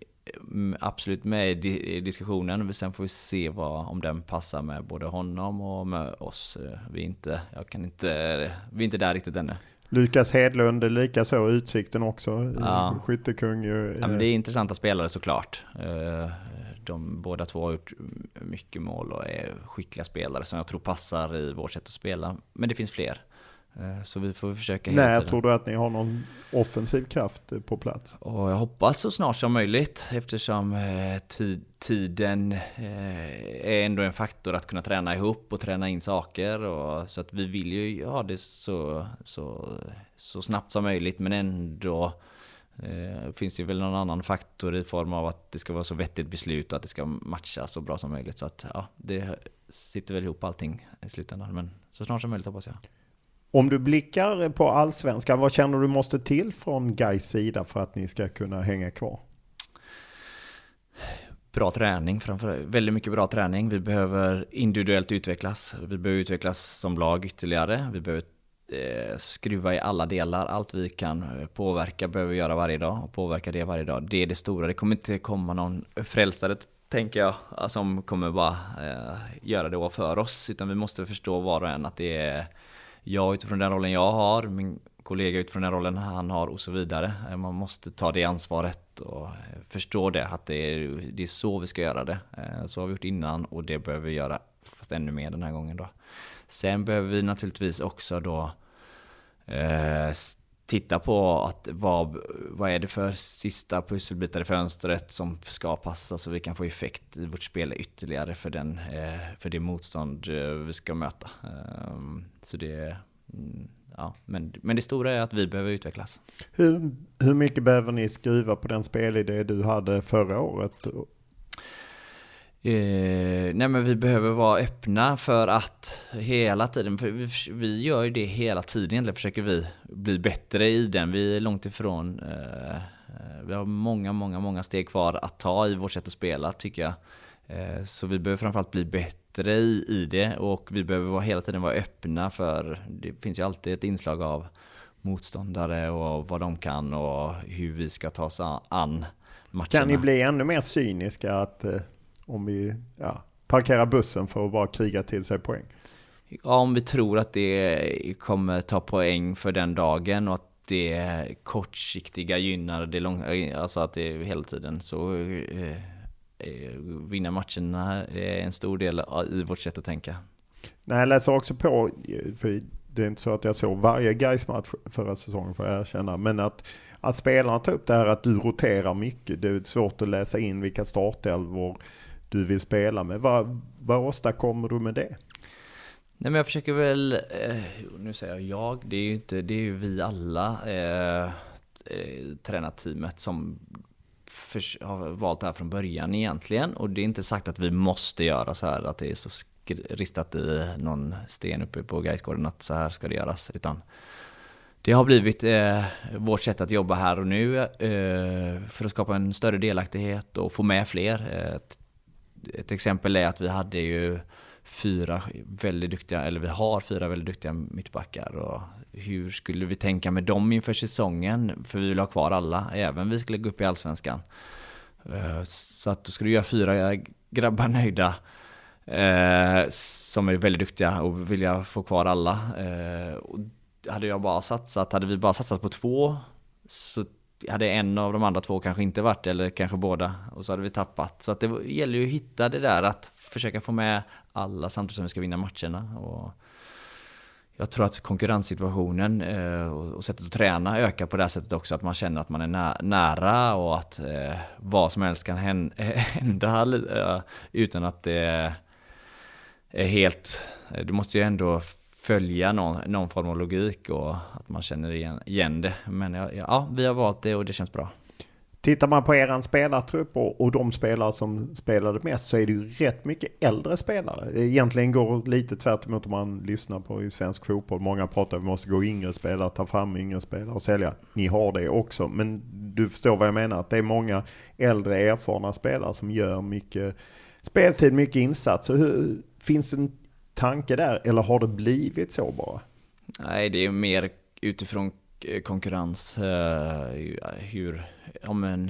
absolut med i, di, i diskussionen. Sen får vi se vad, om den passar med både honom och med oss. Vi är inte, jag kan inte, vi är inte där riktigt ännu. Lukas Hedlund är lika så, Utsikten också, ja. Skyttekung ju. Ja, men det är intressanta spelare såklart. de båda två har gjort mycket mål och är skickliga spelare som jag tror passar i vårt sätt att spela. Men det finns fler. Så vi får försöka hela Nej, tiden. tror du att ni har någon offensiv kraft på plats? Och jag hoppas så snart som möjligt, eftersom eh, tid, tiden eh, är ändå en faktor att kunna träna ihop och träna in saker. Och, så att vi vill ju ha det så, så, så snabbt som möjligt, men ändå eh, finns det väl någon annan faktor i form av att det ska vara så vettigt beslut och att det ska matcha så bra som möjligt. Så att ja, det sitter väl ihop allting i slutändan, men så snart som möjligt hoppas jag. Om du blickar på allsvenskan, vad känner du måste till från Gais sida för att ni ska kunna hänga kvar? Bra träning, framför väldigt mycket bra träning. Vi behöver individuellt utvecklas. Vi behöver utvecklas som lag ytterligare. Vi behöver eh, skruva i alla delar. Allt vi kan påverka behöver vi göra varje dag och påverka det varje dag. Det är det stora. Det kommer inte komma någon frälsare, tänker jag, som kommer bara eh, göra det för oss. Utan vi måste förstå var och en att det är jag utifrån den rollen jag har, min kollega utifrån den rollen han har och så vidare. Man måste ta det ansvaret och förstå det, att det är, det är så vi ska göra det. Så har vi gjort innan och det behöver vi göra fast ännu mer den här gången då. Sen behöver vi naturligtvis också då eh, titta på att vad, vad är det för sista pusselbitar i fönstret som ska passa så vi kan få effekt i vårt spel ytterligare för, den, för det motstånd vi ska möta. Så det, ja, men, men det stora är att vi behöver utvecklas. Hur, hur mycket behöver ni skruva på den spelidé du hade förra året? Eh, nej men vi behöver vara öppna för att hela tiden, för vi, vi gör ju det hela tiden egentligen, försöker vi bli bättre i den. Vi är långt ifrån, eh, vi har många, många, många steg kvar att ta i vårt sätt att spela, tycker jag. Eh, så vi behöver framförallt bli bättre i, i det och vi behöver vara, hela tiden vara öppna för, det finns ju alltid ett inslag av motståndare och vad de kan och hur vi ska ta oss an matcherna. Kan ni bli ännu mer cyniska att eh... om vi ja, parkerar bussen för att bara kriga till sig poäng? Ja, om vi tror att det kommer ta poäng för den dagen och att det kortsiktiga gynnar det långa, alltså att det är hela tiden så eh, vinna matcherna är en stor del i vårt sätt att tänka. Nej, jag läser också på, för det är inte så att jag såg varje Gais-match förra säsongen för att erkänna, men att, att spelarna tar upp det här att du roterar mycket. Det är svårt att läsa in vilka startelvor du vill spela med. Vad, vad åstadkommer du med det? Nej, men jag försöker väl, eh, nu säger jag jag, det är ju inte, det är ju vi alla eh, eh, tränarteamet som för, har valt det här från början egentligen, och det är inte sagt att vi måste göra så här, att det är så ristat i någon sten uppe på Gaisgården att så här ska det göras, utan det har blivit eh, vårt sätt att jobba här och nu eh, för att skapa en större delaktighet och få med fler. Ett, ett exempel är att vi hade ju fyra väldigt duktiga, eller vi har fyra väldigt duktiga mittbackar, och hur skulle vi tänka med dem inför säsongen, för vi vill ha kvar alla, även vi skulle gå upp i Allsvenskan. Eh, så att då skulle vi göra fyra grabbar nöjda eh, som är väldigt duktiga och vilja få kvar alla. Eh, och hade jag bara satsat, hade vi bara satsat på två, så hade en av de andra två kanske inte varit, eller kanske båda, och så hade vi tappat. Så att det gäller ju att hitta det där, att försöka få med alla samtidigt som vi ska vinna matcherna. Och jag tror att konkurrenssituationen eh, och sättet att träna ökar på det här sättet också, att man känner att man är nä- nära och att eh, vad som helst kan hända eh, utan att det är helt, du måste ju ändå följa någon, någon form av logik och att man känner igen, igen det. Men ja, ja, vi har valt det och det känns bra. Tittar man på eran spelartrupp och, och de spelare som spelade mest, så är det ju rätt mycket äldre spelare. Det egentligen går lite tvärt emot om man lyssnar på i svensk fotboll. Många pratar om att vi måste gå yngre spelare, ta fram yngre spelare och sälja. Ni har det också, men du förstår vad jag menar. Att det är många äldre erfarna spelare som gör mycket speltid, mycket insats. Så hur, finns det en tanke där, eller har det blivit så bara? Nej, det är mer utifrån konkurrens. Hur, ja, men,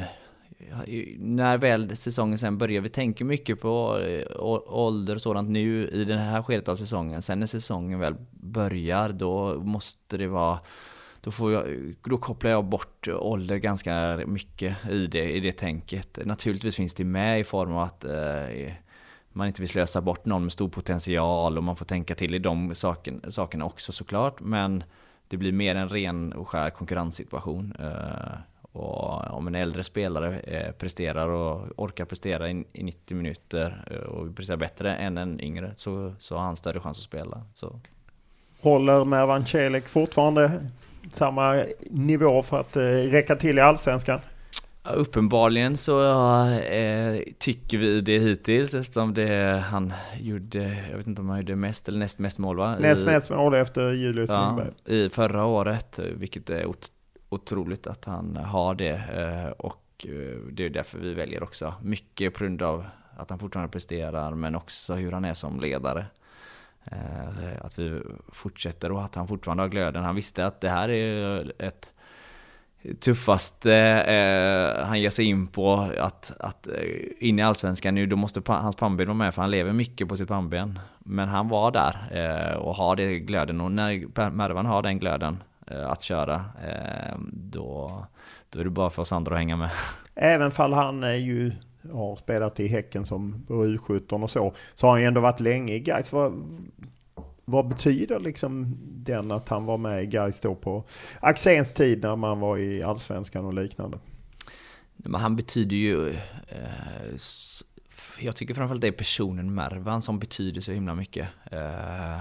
när väl säsongen sen börjar, vi tänker mycket på ålder och sådant nu i den här skedet av säsongen. Sen när säsongen väl börjar, då måste det vara, då, får jag, då kopplar jag bort ålder ganska mycket i det, i det tänket. Naturligtvis finns det med i form av att eh, man inte vill slösa bort någon med stor potential och man får tänka till i de saken, sakerna också såklart. Men det blir mer en ren och skär konkurrenssituation. Eh, och om en äldre spelare eh, presterar och orkar prestera i, i nittio minuter eh, och presterar bättre än en yngre så, så har han större chans att spela. Så. Håller Mervan Celik fortfarande samma nivå för att eh, räcka till i Allsvenskan? Ja, uppenbarligen så eh, tycker vi det hittills eftersom det, han gjorde, jag vet inte om han gjorde mest eller näst mest mål va? Näst mest mål efter Julius ja, Lindberg. I förra året, vilket är ot- otroligt att han har det eh, och eh, det är därför vi väljer också. Mycket på grund av att han fortfarande presterar men också hur han är som ledare. Eh, att vi fortsätter och att han fortfarande har glöden. Han visste att det här är ett tuffaste eh, han ger sig in på att, att in i Allsvenskan nu, då måste pa- hans pannben vara med för han lever mycket på sitt pannben. Men han var där eh, och har det glöden och när Mervan har den glöden eh, att köra eh, då, då är det bara för oss andra att hänga med. Även fall han är ju har spelat i Häcken som U sjutton och så, så har han ju ändå varit länge i Gais. Vad, vad betyder liksom den att han var med i Gais då på Axéns tid när man var i Allsvenskan och liknande? Men han betyder ju eh, jag tycker framförallt det är personen Mervan som betyder så himla mycket. Eh,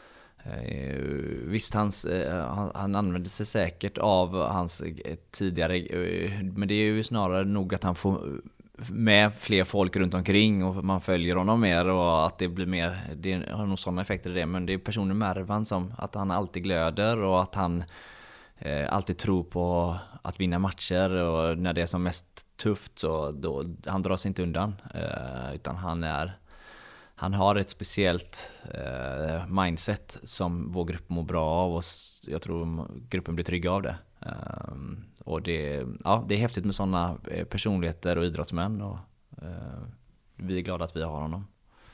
eh, visst hans, eh, han, han använder sig säkert av hans eh, tidigare eh, men det är ju snarare nog att han får med fler folk runt omkring och man följer honom mer och att det blir mer, det har nog sådana effekter i det, men det är personen Mervan som att han alltid glöder och att han eh, alltid tror på att vinna matcher och när det är som mest tufft så då, han drar sig inte undan eh, utan han är han har ett speciellt eh, mindset som vår grupp mår bra av och jag tror gruppen blir trygga av det. Um, och det, ja, det är häftigt med sådana personligheter och idrottsmän och uh, vi är glada att vi har honom.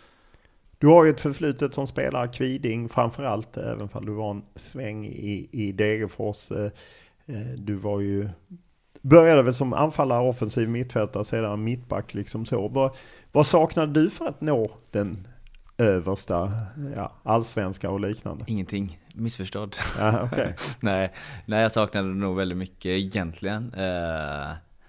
Du har ju ett förflutet som spelare Kviding framförallt, även om du var en sväng i, i Degerfors. Uh, du var ju började väl som anfallare, offensiv mittfältare, sedan mittback liksom så. Vad, vad saknade du för att nå den översta ja, allsvenska och liknande? Ingenting, missförstådd. Ja, okay. nej, nej, jag saknade nog väldigt mycket egentligen. Uh,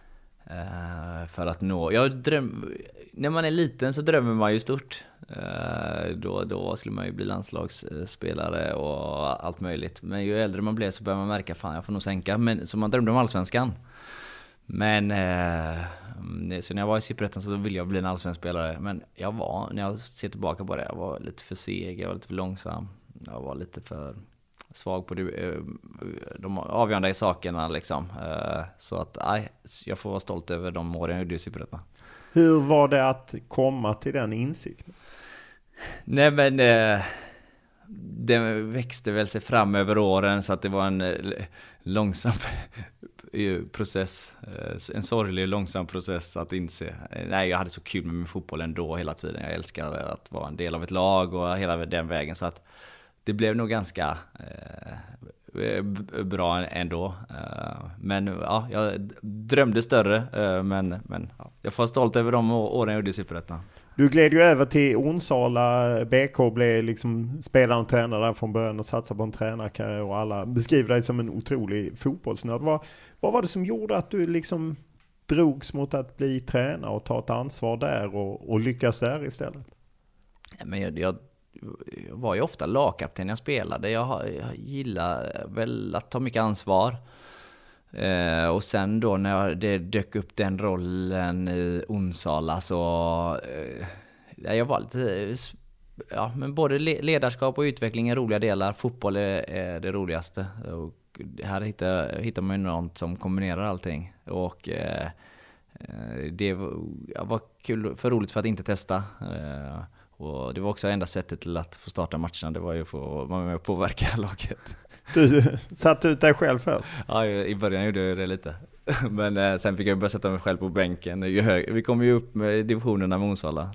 uh, för att nå, jag dröm, när man är liten så drömmer man ju stort. Uh, då, då skulle man ju bli landslagsspelare och allt möjligt. Men ju äldre man blev så börjar man märka, fan jag får nog sänka. Men, så man drömde om allsvenskan. Men eh, så när jag var i Superettan så ville jag bli en allsvensk spelare. Men jag var, när jag ser tillbaka på det, jag var lite för seg, jag var lite för långsam. Jag var lite för svag på det, de avgörande i sakerna liksom. Så att nej, jag får vara stolt över de åren jag gjorde i Superettan. Hur var det att komma till den insikten? Nej men eh, det växte väl sig fram över åren så att det var en eh, långsam process, en sorglig långsam process att inse. Nej, jag hade så kul med min fotboll ändå hela tiden. Jag älskade att vara en del av ett lag och hela den vägen så att det blev nog ganska eh, bra ändå. Eh, men ja, jag drömde större eh, men, men ja, jag får vara stolt över de åren jag gjorde i Superettan. Du gled ju över till Onsala. B K blev liksom spelare och tränare där från början och satsade på en tränarkarriär och alla beskriver dig som en otrolig fotbollsnörd. Vad, vad var det som gjorde att du liksom drogs mot att bli tränare och ta ett ansvar där och, och lyckas där istället? Men jag, jag, jag var ju ofta lagkapten när jag spelade. Jag, jag gillar väl att ta mycket ansvar. Eh, och sen då när det dök upp den rollen i Onsala så eh, jag var lite ja, men både ledarskap och utveckling är roliga delar. Fotboll är, är det roligaste och här hittar, hittar man ju något som kombinerar allting och eh, det var, ja, var kul, för roligt för att inte testa eh, och det var också enda sättet till att få starta matcherna, det var ju för att vara med och påverka laget. Du satt ut dig själv först? Ja, i början gjorde jag det lite. Men eh, sen fick jag börja sätta mig själv på bänken. Vi kom ju upp med divisionerna med Onsala. Så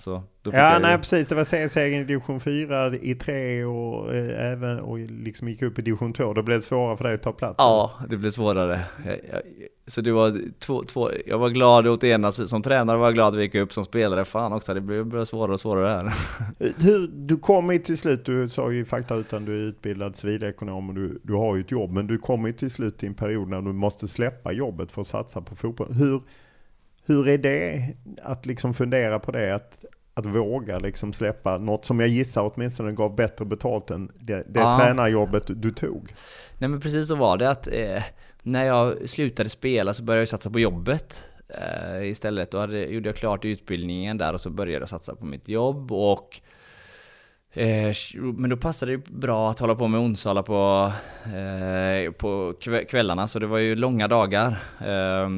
Då fick ja, jag nej ju... precis. Det var seriesegern i division fyra, i tre och eh, även och liksom gick upp i division två. Då blev det svårare för dig att ta plats. Ja, det blev svårare. Jag, jag, så det var två, två, jag var glad åt ena sidan. Som tränare var jag glad att vi gick upp, som spelare fan också. Det blev svårare och svårare här. Hur, du kom ju till slut, du sa ju fakta utan du är utbildad civilekonom och du, du har ju ett jobb. Men du kommer ju till slut i en period när du måste släppa jobbet för att satsa på fotboll. Hur, hur är det att liksom fundera på det? Att, att våga liksom släppa något som jag gissar åtminstone gav bättre betalt än det, det ja. tränarjobbet du tog. Nej men precis så var det att eh, när jag slutade spela så började jag satsa på jobbet eh, istället. Då hade, gjorde jag klart utbildningen där och så började jag satsa på mitt jobb. Och, eh, men då passade det bra att hålla på med Onsala på, eh, på kvällarna, så det var ju långa dagar. Eh,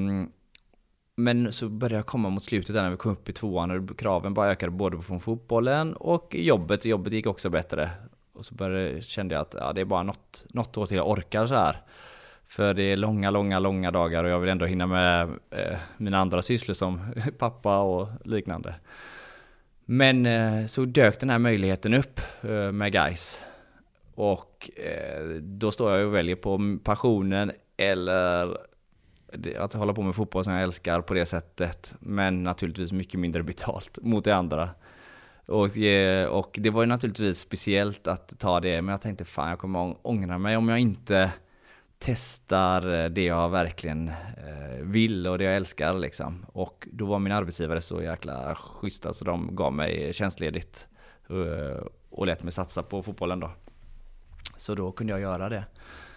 Men så började jag komma mot slutet där när vi kom upp i tvåan och kraven bara ökade både från fotbollen och jobbet. Jobbet gick också bättre. Och så började, kände jag att ja, det är bara något, något år till jag orkar så här. För det är långa, långa, långa dagar och jag vill ändå hinna med eh, mina andra sysslor som pappa och liknande. Men eh, så dök den här möjligheten upp eh, med Gais. Och eh, då står jag och väljer på passionen eller... att hålla på med fotboll som jag älskar på det sättet, men naturligtvis mycket mindre betalt mot det andra. Och, och det var ju naturligtvis speciellt att ta det, men jag tänkte fan jag kommer ångra mig om jag inte testar det jag verkligen vill och det jag älskar liksom. Och då var min arbetsgivare så jäkla schyssta så de gav mig tjänstledigt och lät mig satsa på fotbollen då. Så då kunde jag göra det.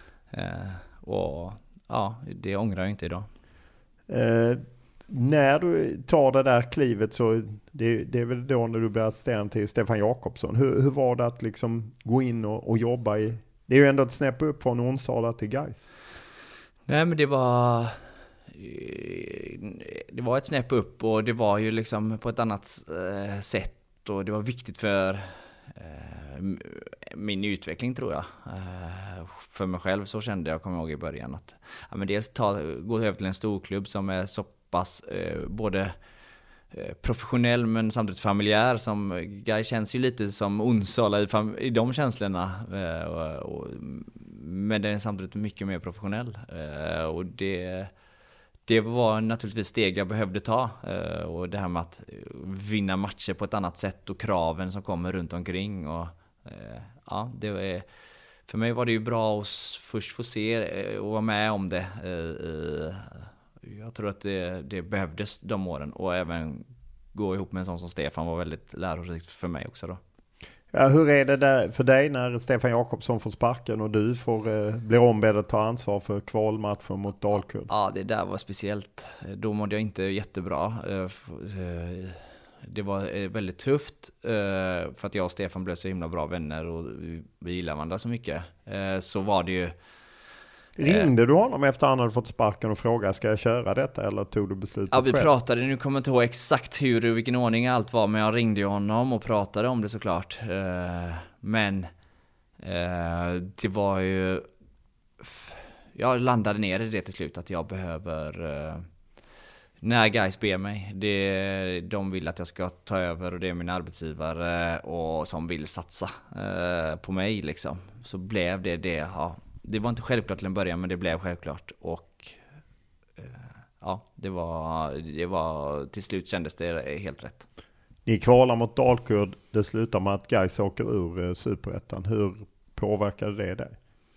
Och ja, det ångrar jag inte idag. Eh, när du tar det där klivet så det, det är väl då när du blir assisterande till Stefan Jakobsson. Hur, hur var det att liksom gå in och, och jobba i... Det är ju ändå ett snäpp upp från Onsala till Gais. Nej men det var... Det var ett snäpp upp och det var ju liksom på ett annat eh, sätt och det var viktigt för... min utveckling tror jag. För mig själv så kände jag, kommer jag ihåg i början att ja, men dels ta, gå över till en storklubb som är så pass eh, både eh, professionell men samtidigt familjär, som Gais känns ju lite som Onsala i, fam- i de känslorna eh, och, och, men den är samtidigt mycket mer professionell eh, och det Det var naturligtvis steg jag behövde ta och det här med att vinna matcher på ett annat sätt och kraven som kommer runt omkring och ja, det var, för mig var det ju bra att först få se och vara med om det. Jag tror att det, det behövdes de åren och även gå ihop med en sån som Stefan var väldigt lärorikt för mig också då. Ja, hur är det där för dig när Stefan Jakobsson får sparken och du får eh, bli ombedd att ta ansvar för kvalmatchen mot Dalkurd? Ja, det där var speciellt. Då mådde jag inte jättebra. Det var väldigt tufft för att jag och Stefan blev så himla bra vänner och vi gillar varandra så mycket. Så var det ju... Ringde du honom efter att han hade fått sparken och frågade ska jag köra detta eller tog du beslutet Ja, vi själv? pratade, nu kommer jag inte ihåg exakt hur och vilken ordning allt var, men jag ringde ju honom och pratade om det såklart. Men det var ju... Jag landade ner i det till slut att jag behöver... När Gais ber mig, det, de vill att jag ska ta över och det är min arbetsgivare och som vill satsa på mig liksom. Så blev det det, ja. Det var inte självklart till en början, men det blev självklart. Och ja, det var, det var till slut kändes det helt rätt. Ni kvalar mot Dalkurd, det slutar med att Gais åker ur Superettan. Hur påverkade det dig?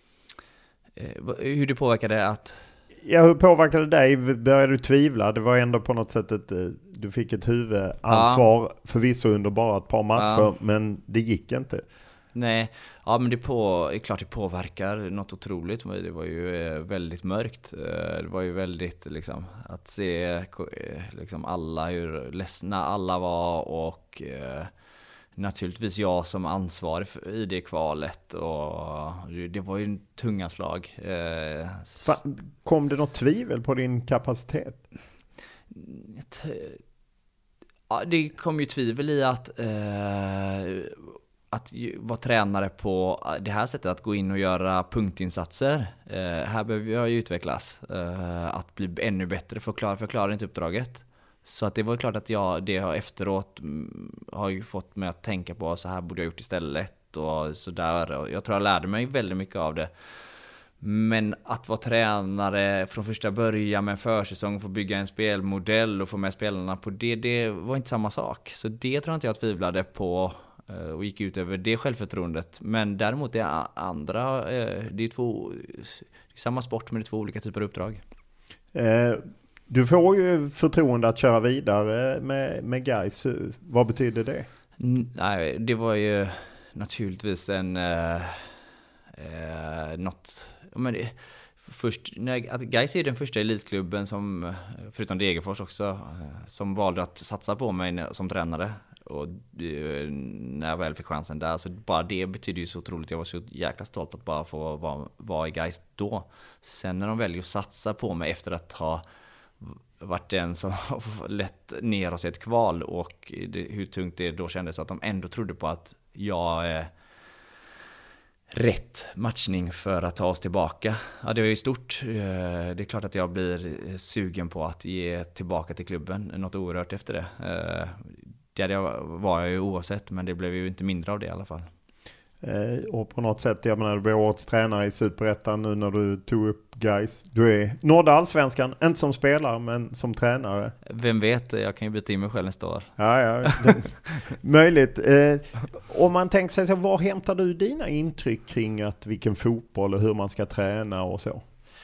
Hur det påverkade att... Ja, hur påverkade det dig? Började du tvivla? Det var ändå på något sätt ett, du fick ett huvudansvar ja. Förvisso under bara ett par matcher, ja. Men det gick inte. Nej, ja men det på, är klart det påverkar något otroligt. Det var ju väldigt mörkt. Det var ju väldigt liksom att se liksom alla hur ledsna alla var och eh, naturligtvis jag som ansvarig för, i det kvalet och det var ju en tunga slag. Eh, Kom det något tvivel på din kapacitet? Ja, det kom ju tvivel i att eh, att vara tränare på det här sättet, att gå in och göra punktinsatser. Eh, här behöver jag ju utvecklas. Eh, att bli ännu bättre för att klara, för att klara inte uppdraget. Så att det var klart att jag, det har efteråt har ju fått mig att tänka på så här borde jag gjort istället och sådär. Jag tror jag lärde mig väldigt mycket av det. Men att vara tränare från första början med en försäsong, få bygga en spelmodell och få med spelarna på det, det var inte samma sak. Så det tror jag inte jag tvivlade på och gick ut över det självförtroendet. Men däremot det andra, det är två, det är samma sport men det är två olika typer av uppdrag. Eh, du får ju förtroende att köra vidare med, med Gais. Vad betyder det? Nej, det var ju naturligtvis en eh, eh, något. Men det, först, när, att Gais är den första elitklubben som, förutom Degerfors också, som valde att satsa på mig som tränare. Och när jag väl fick chansen där, så bara det betyder ju så otroligt. Jag var så jäkla stolt att bara få vara, vara i Gais då. Sen när de väljer att satsa på mig efter att ha varit den som har lett ner oss i ett kval, och det, hur tungt det då kändes, att de ändå trodde på att jag är rätt matchning för att ta oss tillbaka. Ja, det var ju stort. Det är klart att jag blir sugen på att ge tillbaka till klubben något oerhört efter det. Det var jag ju oavsett, men det blev ju inte mindre av det i alla fall. Eh, och på något sätt, jag menar, du blir årets tränare i Superettan nu när du tog upp Gais. Du är nådde allsvenskan, inte som spelare men som tränare. Vem vet, jag kan ju byta in mig själv nästa år. Ja, ja, det, möjligt. Eh, om man tänker sig så, var hämtar du dina intryck kring att vilken fotboll och hur man ska träna och så?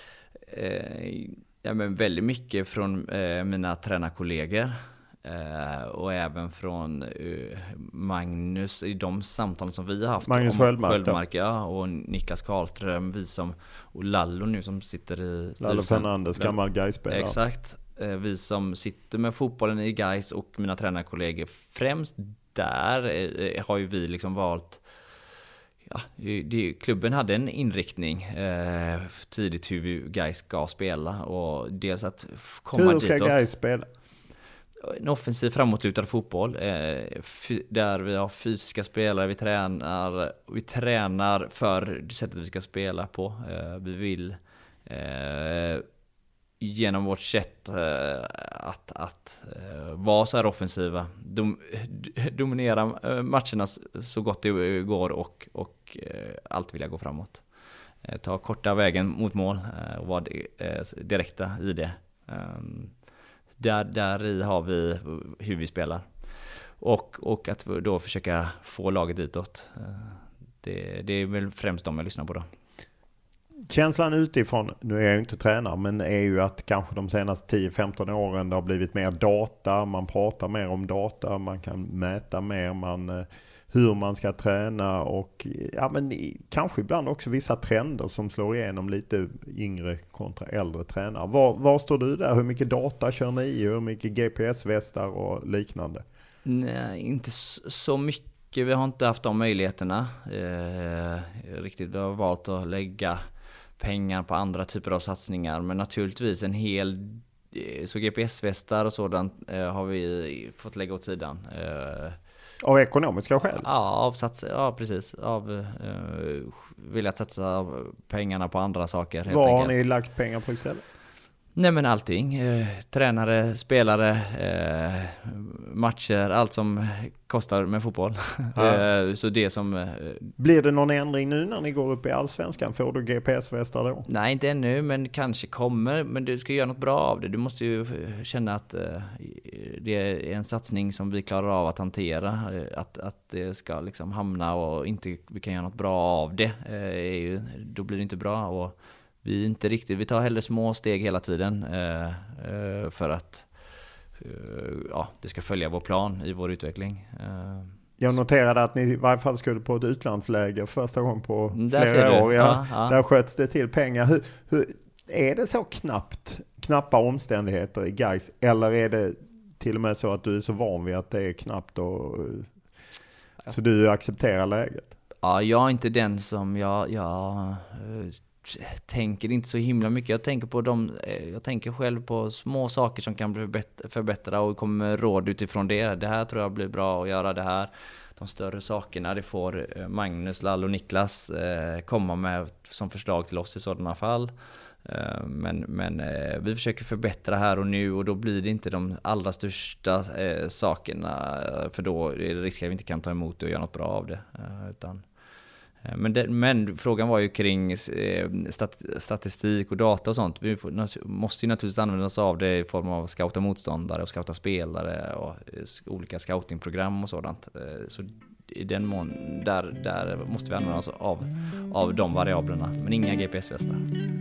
Eh, ja, men väldigt mycket från eh, mina tränarkollegor. Uh, och även från uh, Magnus i de samtal som vi har haft. Magnus Sköldmark, Sköldmark ja, och Niklas Karlström, vi som, och Lallo nu som sitter i Lallo Fernandes, gammal Gais-spelare. Exakt, uh, vi som sitter med fotbollen i Gais och mina tränarkollegor, främst där uh, har ju vi liksom valt. Ja, det, klubben hade en inriktning uh, tidigt hur vi Gais ska spela, och dels att komma hur ska ditåt. Gais spela? En offensiv framåtlutad fotboll eh, f- där vi har fysiska spelare, vi tränar vi tränar för det sättet vi ska spela på. Eh, vi vill eh, genom vårt sätt eh, att, att eh, vara så här offensiva, dom, dominera eh, matcherna så gott det går, och, och eh, allt vill jag gå framåt. Eh, ta korta vägen mot mål eh, och vara eh, direkta i det. Um, Där, där i har vi hur vi spelar. Och, och att då försöka få laget ditåt. Det, det är väl främst de jag lyssnar på då. Känslan utifrån, nu är jag ju inte tränare, men är ju att kanske de senaste tio femton åren det har blivit mer data. Man pratar mer om data, man kan mäta mer, man, hur man ska träna, och ja, men kanske ibland också vissa trender som slår igenom lite yngre kontra äldre tränare. Var, var står du där? Hur mycket data kör ni i? Hur mycket G P S-västar och liknande? Nej, inte så mycket. Vi har inte haft de möjligheterna eh, riktigt. Vi har valt att lägga pengar på andra typer av satsningar, men naturligtvis en hel så G P S-västar och sådant eh, har vi fått lägga åt sidan. Eh, Av ekonomiska skäl? Ja, av sats, ja precis. Av eh, vill att satsa pengarna på andra saker. Helt Vad har enkelt. ni lagt pengar på istället? Nej, men allting. Eh, tränare, spelare, eh, matcher, allt som kostar med fotboll. Ja. eh, så det som... Eh, Blir det någon ändring nu när ni går upp i allsvenskan? Får du G P S-västar då? Nej, inte ännu, men kanske kommer. Men du ska göra något bra av det. Du måste ju känna att eh, det är en satsning som vi klarar av att hantera. Eh, att, att det ska liksom hamna och inte vi kan göra något bra av det. Eh, är ju, då blir det inte bra, och vi är inte riktigt, vi tar hellre små steg hela tiden eh, eh, för att eh, ja, det ska följa vår plan i vår utveckling. Eh, Jag noterade att ni i varje fall skulle på ett utlandsläger första gången på där flera år. Ja, ja, ja. Där sköts det till pengar. Hur, hur, är det så knappt, knappa omständigheter i Gais, eller är det till och med så att du är så van vid att det är knappt och, så du accepterar läget? Ja, jag är inte den som jag... jag tänker inte så himla mycket. Jag tänker på de, jag tänker själv på små saker som kan bli förbättra och kommer råd utifrån det. Det här tror jag blir bra att göra det här. De större sakerna, det får Magnus, Lall och Niklas eh, komma med som förslag till oss i sådana fall. Men, men vi försöker förbättra här och nu, och då blir det inte de allra största sakerna, för då är det risk att vi inte kan ta emot det och göra något bra av det. Utan, men, det, men frågan var ju kring stat, statistik och data och sånt. Vi får, måste ju naturligtvis använda oss av det i form av scouta motståndare och scouta spelare och olika scoutingprogram och sådant. Så i den mån, där, där måste vi använda oss av, av de variablerna, men inga G P S-västar.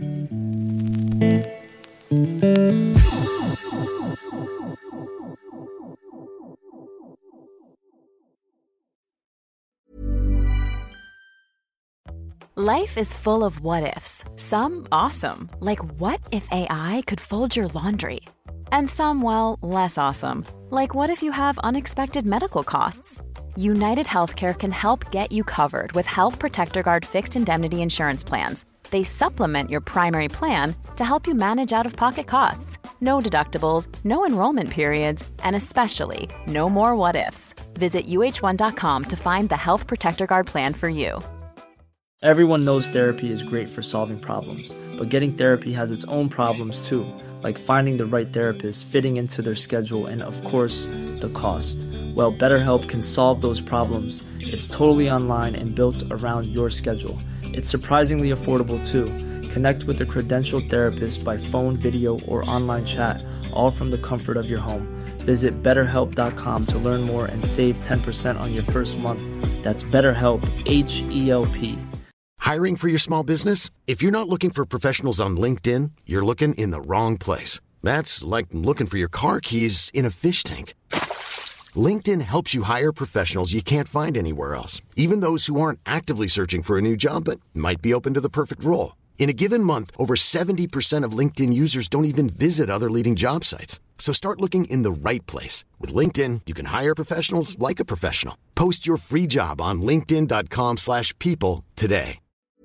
Life is full of what-ifs. Some awesome, like what if A I could fold your laundry? And some, well, less awesome, like what if you have unexpected medical costs? United Healthcare can help get you covered with Health Protector Guard fixed indemnity insurance plans. They supplement your primary plan to help you manage out-of-pocket costs. No deductibles, no enrollment periods, and especially no more what-ifs. Visit U H one dot com to find the Health Protector Guard plan for you. Everyone knows therapy is great for solving problems, but getting therapy has its own problems too, like finding the right therapist, fitting into their schedule, and of course, the cost. Well, BetterHelp can solve those problems. It's totally online and built around your schedule. It's surprisingly affordable too. Connect with a credentialed therapist by phone, video, or online chat, all from the comfort of your home. Visit better help dot com to learn more and save ten percent on your first month. That's BetterHelp, H E L P. Hiring for your small business? If you're not looking for professionals on LinkedIn, you're looking in the wrong place. That's like looking for your car keys in a fish tank. LinkedIn helps you hire professionals you can't find anywhere else, even those who aren't actively searching for a new job but might be open to the perfect role. In a given month, over seventy percent of LinkedIn users don't even visit other leading job sites. So start looking in the right place. With LinkedIn, you can hire professionals like a professional. Post your free job on linkedin dot com slash people today.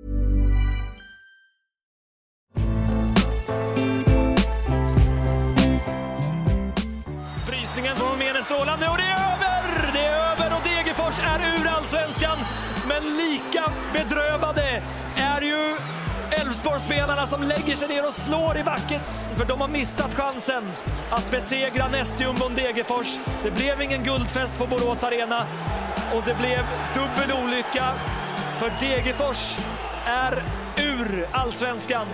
Brytningen från Mene strålande och det är över! Det är över och Degerfors är ur Allsvenskan. Men lika bedrövade är ju Elfsborgsspelarna som lägger sig ner och slår i backen. För de har missat chansen att besegra nästjumbon Degerfors. Det blev ingen guldfest på Borås Arena. Och det blev dubbel olycka. För Degerfors är ur Allsvenskan.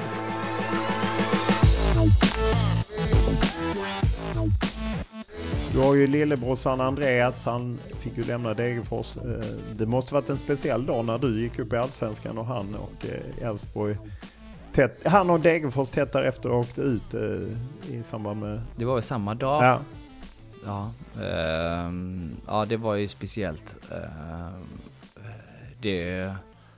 Du har ju lillebrorsan Andreas, han fick ju lämna Degerfors. Det måste varit en speciell dag när du gick upp i Allsvenskan och han och Elfsborg. Tätt, han och Degerfors tätt därefter åkte ut i samband med... Det var ju samma dag. Ja. Ja, eh, ja, det var ju speciellt. Eh, det...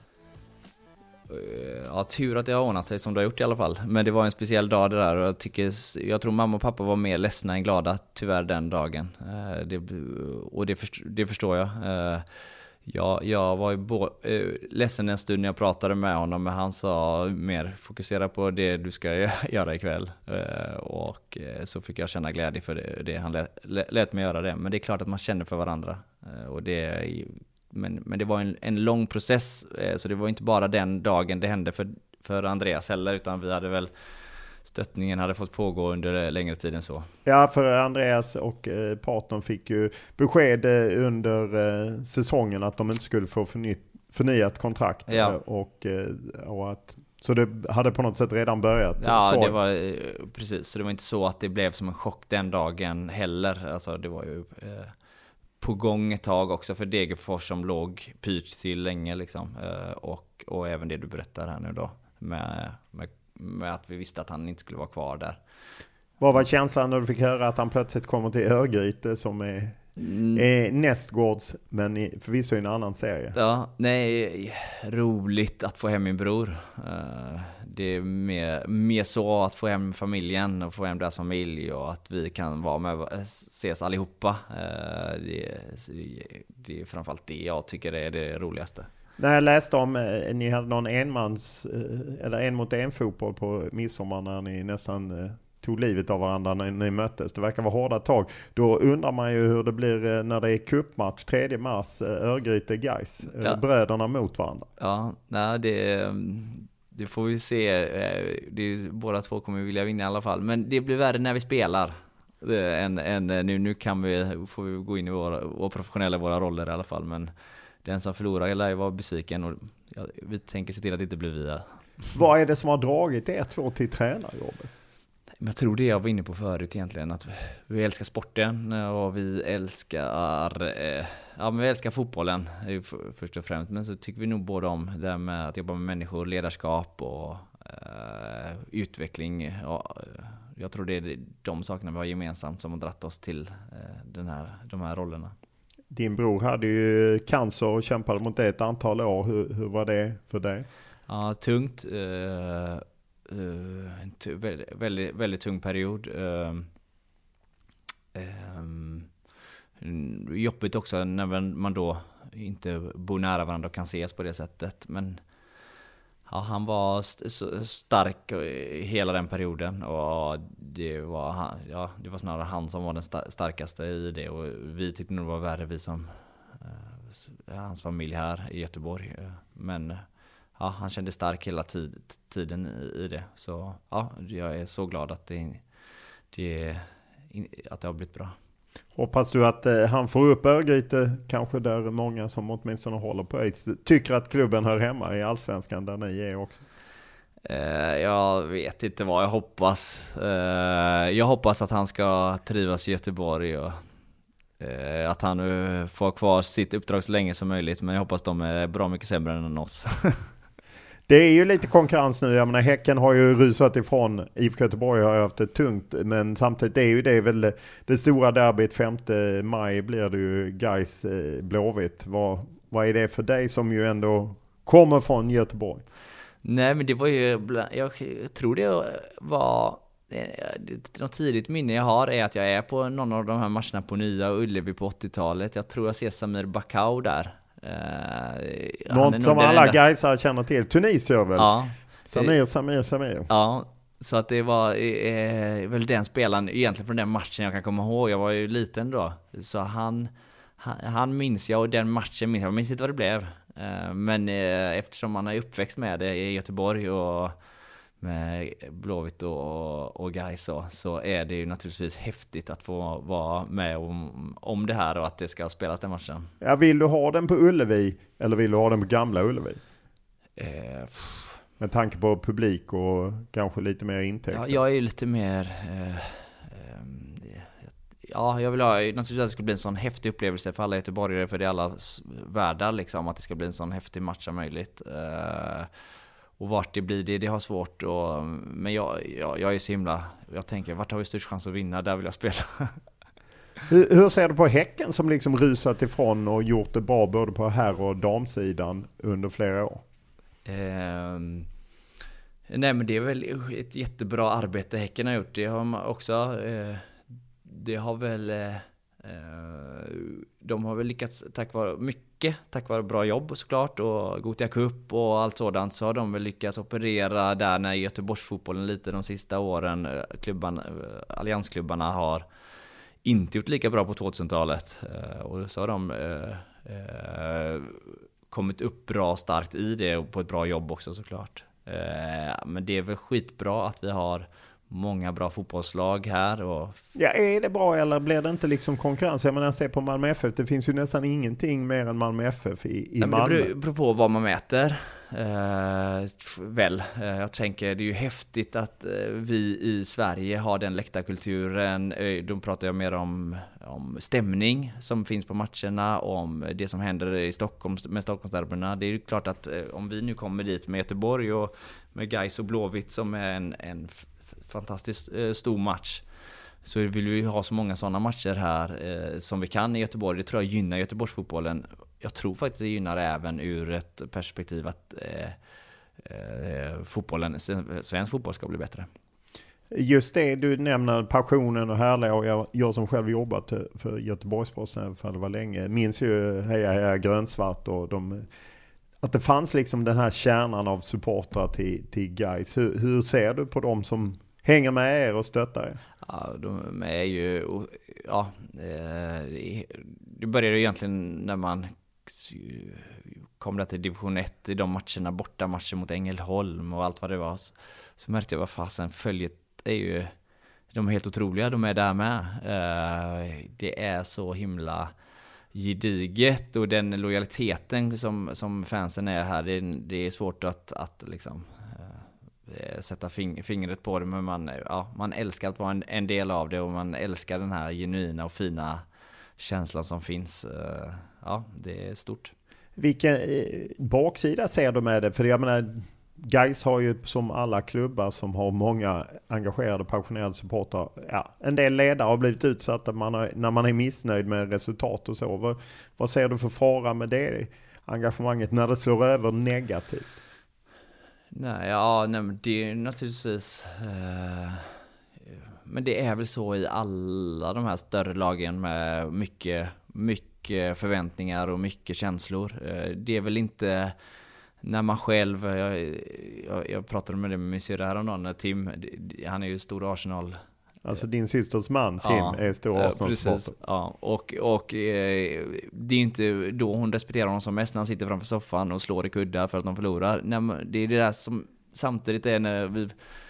Ja, tur att det har ordnat sig som det har gjort i alla fall. Men det var en speciell dag det där. Och jag, tycker, jag tror mamma och pappa var mer ledsna än glada tyvärr den dagen. Eh, det, och det, först, det förstår jag. Eh, jag. Jag var ju bo, eh, ledsen en stund när jag pratade med honom. Men han sa mer fokusera på det du ska göra ikväll. Eh, och eh, så fick jag känna glädje för det. det han lät, lät mig göra det. Men det är klart att man känner för varandra. Eh, och det är Men, men det var en, en lång process, så det var inte bara den dagen det hände för, för Andreas heller, utan vi hade väl, stöttningen hade fått pågå under längre tid än så. Ja, för Andreas och eh, partnern fick ju besked under eh, säsongen att de inte skulle få förny- förnyat kontrakt. Ja. och, eh, och att, så det hade på något sätt redan börjat. Ja, så. det var precis. Så det var inte så att det blev som en chock den dagen heller. Alltså det var ju... Eh, på gång ett tag också för Degerfors som låg pyrt till länge liksom. och, och även det du berättar här nu då med, med, med att vi visste att han inte skulle vara kvar där. Vad var känslan när du fick höra att han plötsligt kommer till Örgryte som är, mm. är nästgårds men i, förvisso i en annan serie? Ja, nej, roligt att få hem min bror. Det är mer, mer så att få hem familjen och få hem deras familj och att vi kan vara med och ses allihopa. Det är, det är framförallt det jag tycker är det roligaste. När jag läste om eh, ni hade någon enmans eller en mot en fotboll på midsommar när ni nästan eh, tog livet av varandra när ni möttes. Det verkar vara hårda tag. Då undrar man ju hur det blir när det är cupmatch tredje mars, Örgryte Gais, ja. Bröderna mot varandra. Ja, nej, det, det får vi se. Det, båda två kommer vilja vinna i alla fall. Men det blir värre när vi spelar. En, en, nu, nu kan vi, får vi gå in i våra, våra professionella våra roller i alla fall. Men den som förlorar lär ju vara besviken. Och ja, vi tänker se till att det inte blir vi. Vad är det som har dragit er två till tränarjobbet? Jag tror det jag var inne på förut egentligen, att vi älskar sporten och vi älskar eh, ja, men vi älskar fotbollen först och främst, men så tycker vi nog både om det med att jobba med människor, ledarskap och eh, utveckling. Och jag tror det är de sakerna vi har gemensamt som har dratt oss till eh, den här, de här rollerna. Din bror hade ju cancer och kämpade mot det ett antal år. Hur, hur var det för dig? Ja, tungt. Eh, Uh, en t- väldigt, väldigt, väldigt tung period. Uh, um, jobbigt också när man då inte bor nära varandra och kan ses på det sättet. Men ja, han var st- stark hela den perioden och det var, ja, det var snarare han som var den sta- starkaste i det. Och vi tyckte nog det var värre, vi som uh, hans familj här i Göteborg. Uh, men ja, han kände stark hela tid, tiden i, i det. Så ja, jag är så glad att det, det, att det har blivit bra. Hoppas du att eh, han får upp Örgryte, kanske där många som åtminstone håller på AIDS tycker att klubben hör hemma i Allsvenskan där ni är också? Eh, jag vet inte vad jag hoppas. Eh, jag hoppas att han ska trivas i Göteborg och eh, att han nu får kvar sitt uppdrag så länge som möjligt. Men jag hoppas de är bra mycket sämre än oss. Det är ju lite konkurrens nu. Jag menar, Häcken har ju rusat ifrån. I F K Göteborg har ju haft det tungt. Men samtidigt är ju det väl det stora derbyt femte maj blir det ju Gais Blåvitt. Vad, vad är det för dig som ju ändå kommer från Göteborg? Nej, men det var ju, jag tror det var något tidigt minne jag har är att jag är på någon av de här matcherna på Nya och Ullevi på åttiotalet. Jag tror jag ser Samir Bakau där. Uh, Något som alla Gaisar känner till. Tunisier väl? Ja. Samir, Samir, Samir. Ja, så att det var eh, väl den spelaren egentligen från den matchen jag kan komma ihåg. Jag var ju liten då. Så han, han, han minns jag och den matchen minns jag. Jag minns inte vad det blev. Uh, men eh, eftersom man är uppväxt med det i Göteborg och med Blåvitt och, och Gais så, så är det ju naturligtvis häftigt att få vara med om, om det här och att det ska spelas den matchen. Ja, vill du ha den på Ullevi eller vill du ha den på Gamla Ullevi? Eh, med tanke på publik och kanske lite mer intäkter. Ja, jag är ju lite mer... Eh, eh, ja, jag vill ha naturligtvis att det ska bli en sån häftig upplevelse för alla göteborgare, för det är alla värdar liksom, att det ska bli en sån häftig match som möjligt. Eh, Och vart det blir det, det har svårt. Och, men jag, jag, jag är så himla... Jag tänker, vart har vi störst chans att vinna? Där vill jag spela. hur, hur ser du på Häcken som liksom rusat ifrån och gjort det bra både på herr- och damsidan under flera år? Eh, nej, men det är väl ett jättebra arbete Häcken har gjort. Det har man också... Eh, det har väl... Eh, de har väl lyckats tack vare mycket, tack vare bra jobb såklart och Gothia Cup och allt sådant, så har de väl lyckats operera där när Göteborgsfotbollen lite de sista åren, klubban, alliansklubbarna har inte gjort lika bra på tvåtusentalet, och så har de eh, kommit upp bra starkt i det och på ett bra jobb också såklart. Eh, men det är väl skitbra att vi har många bra fotbollslag här. Och... Ja, är det bra eller blir det inte liksom konkurrens? Jag menar, jag ser på Malmö F F, det finns ju nästan ingenting mer än Malmö F F i, i ja, Malmö. Det beror på vad man mäter. Eh, väl, eh, jag tänker det är ju häftigt att eh, vi i Sverige har den läktarkulturen. Eh, då pratar jag mer om, om stämning som finns på matcherna, om det som händer i Stockholm med Stockholmsderbyna. Det är ju klart att eh, om vi nu kommer dit med Göteborg och med Gais och Blåvitt som är en, en fantastiskt eh, stor match, så vill vi ha så många sådana matcher här eh, som vi kan i Göteborg. Det tror jag gynnar Göteborgsfotbollen. Jag tror faktiskt det gynnar även ur ett perspektiv att eh, eh, fotbollen, svensk fotboll ska bli bättre. Just det, du nämner passionen och härliga, och jag, jag som själv jobbat för Göteborgsposten för det var länge, minns ju Heja Heja Grönsvart och de, att det fanns liksom den här kärnan av supportrar till, till Gais. Hur, hur ser du på dem som hänger med er och stöttar er? Ja, de är ju... Ja, det började ju egentligen när man kom det till division ett i de matcherna, borta matcher mot Ängelholm och allt vad det var, så, så märkte jag vad fasen, följet är ju, de är helt otroliga, de är där med. Uh, det är så himla gediget, och den lojaliteten som, som fansen är här, det, det är svårt att, att liksom uh, sätta fing, fingret på det, men man, ja, man älskar att vara en, en del av det, och man älskar den här genuina och fina känslan som finns. Uh, ja, det är stort. Vilken eh, baksida ser du med det? För jag menar, Gais har ju som alla klubbar som har många engagerade, passionerade supportrar, ja, en del ledare har blivit utsatta man har, när man är missnöjd med resultat och så. Vad, vad ser du för fara med det engagemanget när det slår över negativt? Nej, ja, nej, men det är naturligtvis... Eh, men det är väl så i alla de här större lagen med mycket, mycket förväntningar och mycket känslor. Eh, det är väl inte... När man själv, jag, jag, jag pratade med det med min syrra häromdagen, Tim, han är ju stor Arsenal. Alltså din systers man, Tim, ja, är stor Arsenal-supporter. Ja, och, och eh, det är inte då hon respekterar honom som mest när han sitter framför soffan och slår i kuddar för att de förlorar. Nej, det är det där som samtidigt är när, vi,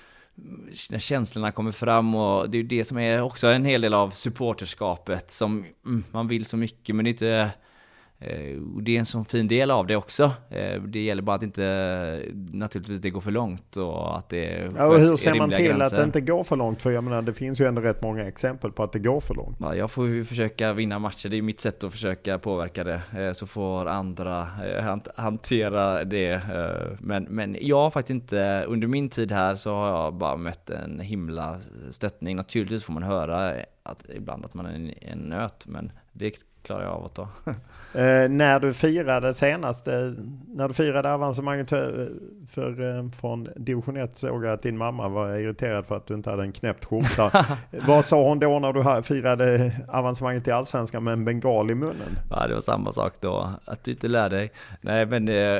när känslorna kommer fram, och det är det som är också en hel del av supporterskapet, som mm, man vill så mycket, men inte... Det är en sån fin del av det också. Det gäller bara att inte naturligtvis det går för långt, och att det ja, och hur ser man till gränser. Att det inte går för långt? För jag menar, det finns ju ändå rätt många exempel på att det går för långt. Ja, jag får ju försöka vinna matcher. Det är mitt sätt att försöka påverka det. Så får andra hantera det. Men, men jag har faktiskt inte, under min tid här så har jag bara mött en himla stöttning. Naturligtvis får man höra att ibland att man är en, en nöt, men det klarar jag av att ta. Eh, när du firade senast, eh, när du firade avancemanget för, för, eh, från division ett, såg jag att din mamma var irriterad för att du inte hade en knäppt skjorta. Vad sa hon då när du firade avancemanget till Allsvenskan med en bengal i munnen? Ja, det var samma sak då, att du inte lär dig. Nej, men det,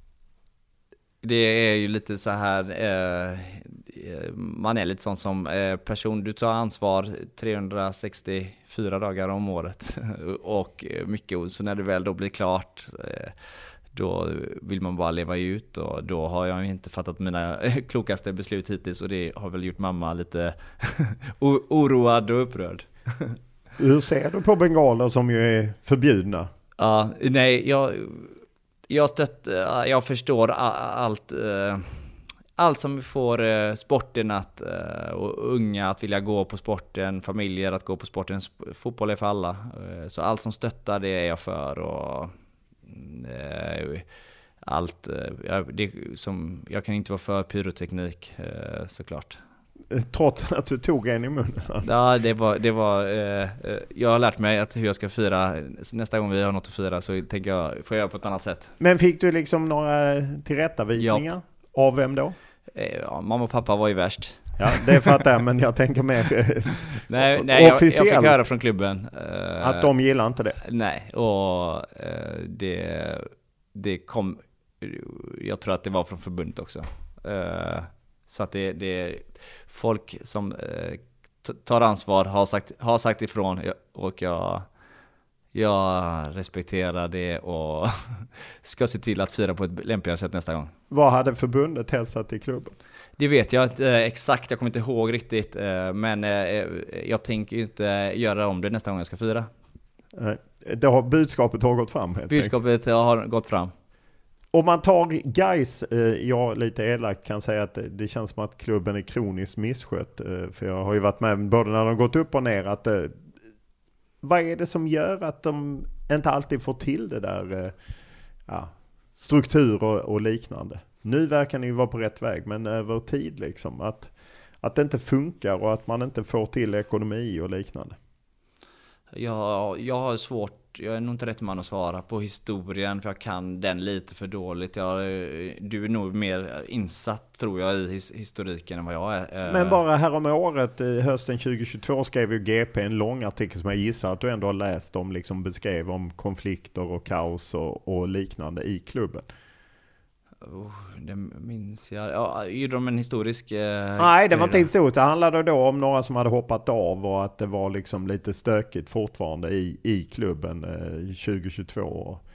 det är ju lite så här... Eh, man är lite sån som person, du tar ansvar trehundrasextiofyra dagar om året och mycket, så när det väl då blir klart, då vill man bara leva ut, och då har jag inte fattat mina klokaste beslut hittills, och det har väl gjort mamma lite oroad och upprörd. Hur ser du på bengaler som ju är förbjudna? Ja, nej, jag jag stött, jag förstår allt Allt som får eh, sporten att, eh, och unga att vilja gå på sporten, familjer att gå på sporten, fotboll är för alla. Eh, så allt som stöttar, det är jag för. Och, eh, allt, eh, det, som, jag kan inte vara för pyroteknik, eh, såklart. Trots att du tog en i munnen? Ja, det var... Det var eh, jag har lärt mig att hur jag ska fira. Nästa gång vi har något att fira så tänker jag, får jag göra på ett annat sätt. Men fick du liksom några tillrättavisningar? Ja. Av vem då? Ja, mamma och pappa var ju värst. Ja, det fattar jag, men jag tänker mer nej, nej, jag, jag fick höra från klubben att de gillar inte det. Nej, och det, det kom, jag tror att det var från förbundet också. Så att det, det är folk som tar ansvar, har sagt, har sagt ifrån, och jag... Jag respekterar det och ska se till att fira på ett lämpligare sätt nästa gång. Vad hade förbundet hälsat i klubben? Det vet jag inte exakt, jag kommer inte ihåg riktigt. Men jag tänker inte göra om det nästa gång jag ska fira. Det har, budskapet har gått fram helt Budskapet enkelt. har gått fram. Om man tar Gais, jag lite elakt kan säga att det känns som att klubben är kroniskt misskött. För jag har ju varit med både när de gått upp och ner att... Vad är det som gör att de inte alltid får till det där ja, struktur och, och liknande? Nu verkar ni ju vara på rätt väg, men över tid liksom att, att det inte funkar och att man inte får till ekonomi och liknande. Ja, jag har svårt, jag är nog inte rätt man att svara på historien, för jag kan den lite för dåligt. Jag, du är nog mer insatt, tror jag, i his, historiken än vad jag är. Men bara här om året, hösten tjugohundratjugotvå, skrev ju G P en lång artikel som jag gissar att du ändå har läst om, liksom beskrev om konflikter och kaos och, och liknande i klubben. Oh, det minns jag. Ja, gjorde de en historisk... Eh, Nej, det var inte historiskt. Det handlade då om några som hade hoppat av och att det var liksom lite stökigt fortfarande i, i klubben eh, tjugohundratjugotvå.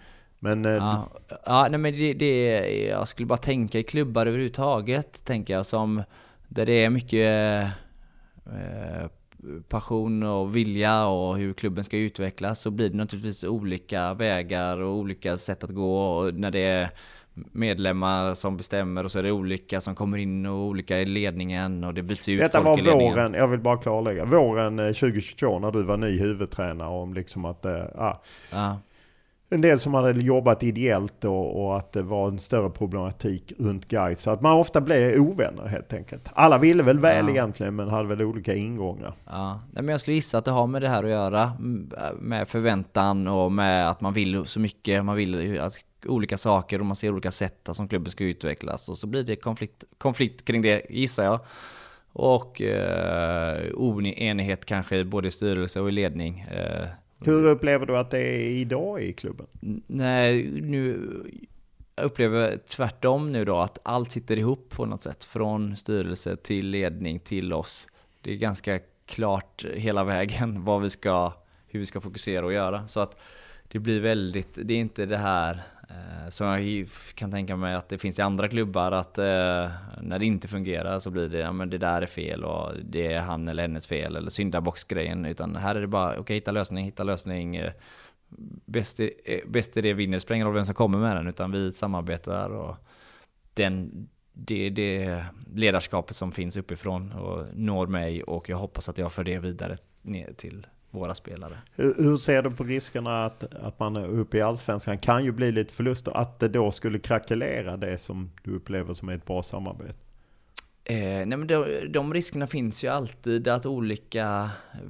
Men, ja, ja nej, men det, det, jag skulle bara tänka i klubbar överhuvudtaget, tänker jag, som där det är mycket eh, passion och vilja och hur klubben ska utvecklas, så blir det naturligtvis olika vägar och olika sätt att gå, och när det är medlemmar som bestämmer och så är det olika som kommer in och olika i ledningen och det byts ut. Detta folk var i ledningen. våren, jag vill bara klarlägga, våren tjugohundratjugotvå när du var ny huvudtränare, om liksom att ja, ja. en del som hade jobbat ideellt och, och att det var en större problematik runt Gais, så att man ofta blev ovänner helt enkelt. Alla ville väl väl ja. egentligen, men hade väl olika ingångar. Ja, men jag skulle gissa att det har med det här att göra, med förväntan och med att man vill så mycket, man vill att olika saker och man ser olika sätt som klubben ska utvecklas, och så blir det konflikt, konflikt kring det, gissar jag. Och eh, oenighet kanske både i styrelse och i ledning. Eh, Hur upplever du att det är idag i klubben? Nej, nu upplever jag tvärtom nu då, att allt sitter ihop på något sätt, från styrelse till ledning till oss. Det är ganska klart hela vägen vad vi ska, hur vi ska fokusera och göra, så att det blir väldigt, det är inte det här eh, som jag kan tänka mig att det finns i andra klubbar, att eh, när det inte fungerar så blir det, ja men det där är fel och det är han eller hennes fel, eller syndabocksgrejen, utan här är det bara, okej, okay, hitta lösning, hitta lösning, eh, bäst, i, eh, bäst i det vinner, spelar ingen roll vem som kommer med den, utan vi samarbetar, och den, det, det ledarskapet som finns uppifrån och når mig, och jag hoppas att jag för det vidare ner till våra spelare. Hur, hur ser du på riskerna att, att man är uppe i Allsvenskan kan ju bli lite förluster, att det då skulle krackelera det som du upplever som ett bra samarbete? Eh, nej men de, de riskerna finns ju alltid, att olika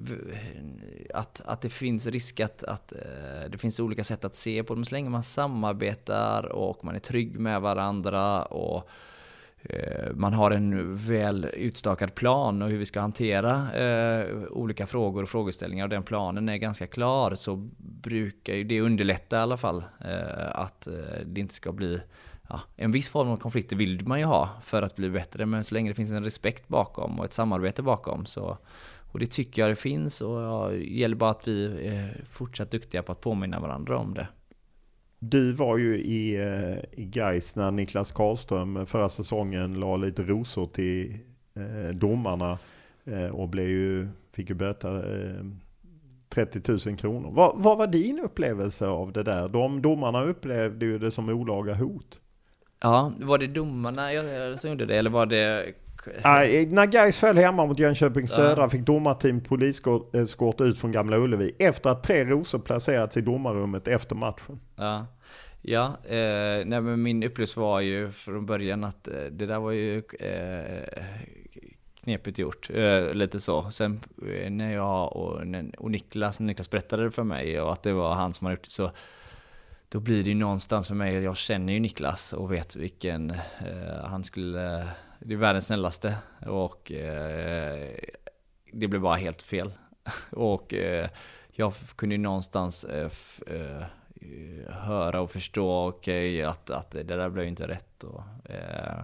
att, att det finns risk att, att eh, det finns olika sätt att se på dem, så länge man samarbetar och man är trygg med varandra och man har en väl utstakad plan och hur vi ska hantera eh, olika frågor och frågeställningar, och den planen är ganska klar, så brukar ju det underlätta i alla fall eh, att eh, det inte ska bli, ja, en viss form av konflikter vill man ju ha för att bli bättre, men så länge det finns en respekt bakom och ett samarbete bakom, så, och det tycker jag det finns, och ja, det gäller bara att vi är fortsatt duktiga på att påminna varandra om det. Du var ju i, eh, i Gais när Niklas Karlström förra säsongen la lite rosor till eh, domarna eh, och blev ju, fick ju böta eh, trettio tusen kronor. Vad, vad var din upplevelse av det där? De domarna upplevde ju det som olaga hot. Ja, var det domarna jag, som gjorde det, eller var det... Nej, när Gais föll hemma mot Jönköping Södra ja. fick domarteam polisskort ut från Gamla Ullevi efter att tre rosor placerats i domarrummet efter matchen. Ja, ja eh, nej, men min upplevelse var ju från början att eh, det där var ju eh, knepigt gjort, eh, lite så. Sen eh, när jag och, och Niklas, Niklas berättade det för mig och att det var han som hade gjort det, så då blir det ju någonstans för mig, jag känner ju Niklas och vet vilken eh, han skulle, det är världens snällaste, och eh, det blev bara helt fel. Och eh, jag kunde ju någonstans eh, f, eh, höra och förstå okay, att, att det där blev inte rätt. Och, eh,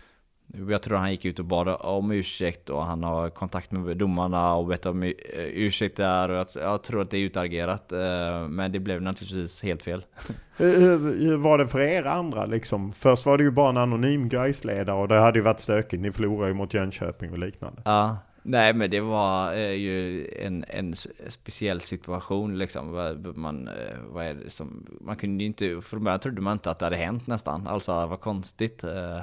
jag tror han gick ut och bad om ursäkt, och han har kontakt med domarna och bett om ursäkt där, och jag, jag tror att det är utagerat, men det blev naturligtvis helt fel. Hur, hur var det för er andra liksom? Först var det ju bara en anonym Gais-ledare, och det hade ju varit stökigt, ni förlorade ju mot Jönköping och liknande. Ja, nej men det var eh, ju en, en speciell situation liksom. Man, eh, vad är det som, man kunde ju inte, för början trodde man inte att det hade hänt nästan, alltså det var konstigt. Eh,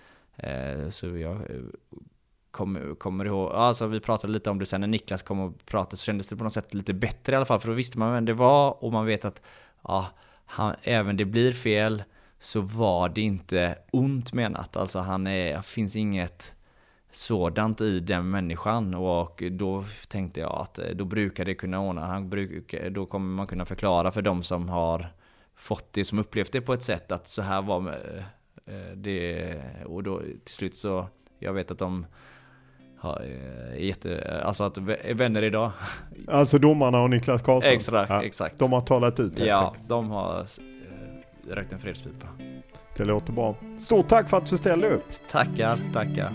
Så jag kommer, kommer ihåg, alltså vi pratade lite om det sen när Niklas kom och pratade, så kändes det på något sätt lite bättre i alla fall, för då visste man vem det var, och man vet att ja, han, även det blir fel så var det inte ont menat, alltså han är, finns inget sådant i den människan, och då tänkte jag att då brukar det kunna ordna, han brukar, då kommer man kunna förklara för dem som har fått det, som upplevt det på ett sätt, att så här var med det, och då till slut så jag vet att de har jätte, alltså att är vänner idag. Alltså domarna och Niklas Karlsson. Exakt, ja, exakt. De har talat ut. Ja, enkelt. De har äh, rökt en fredspipa. Det låter bra. Stort tack för att du ställde upp. Tackar, tackar.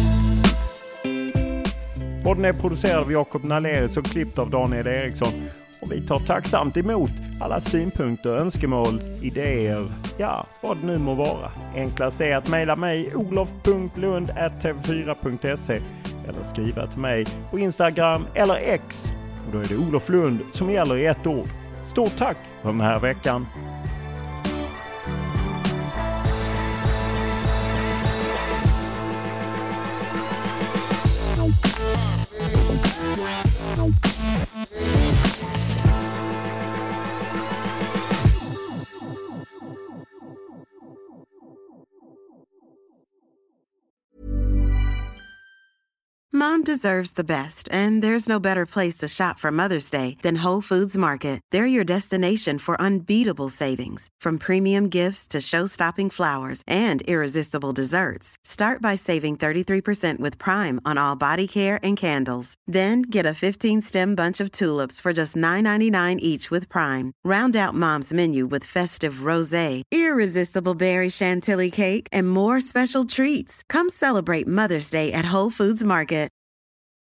Podden är producerad av Jakob Nalerius och klippt av Daniel Eriksson. Och vi tar tacksamt emot alla synpunkter, önskemål, idéer, ja, vad det nu må vara. Enklast är att mejla mig olof punkt lund at t v fyra punkt se eller skriva till mig på Instagram eller X. Och då är det Olof Lund som gäller i ett ord. Stort tack för den här veckan. Mom deserves the best, and there's no better place to shop for Mother's Day than Whole Foods Market. They're your destination for unbeatable savings, from premium gifts to show-stopping flowers and irresistible desserts. Start by saving thirty-three percent with Prime on all body care and candles. Then get a fifteen-stem bunch of tulips for just nine ninety-nine each with Prime. Round out Mom's menu with festive rosé, irresistible berry chantilly cake, and more special treats. Come celebrate Mother's Day at Whole Foods Market.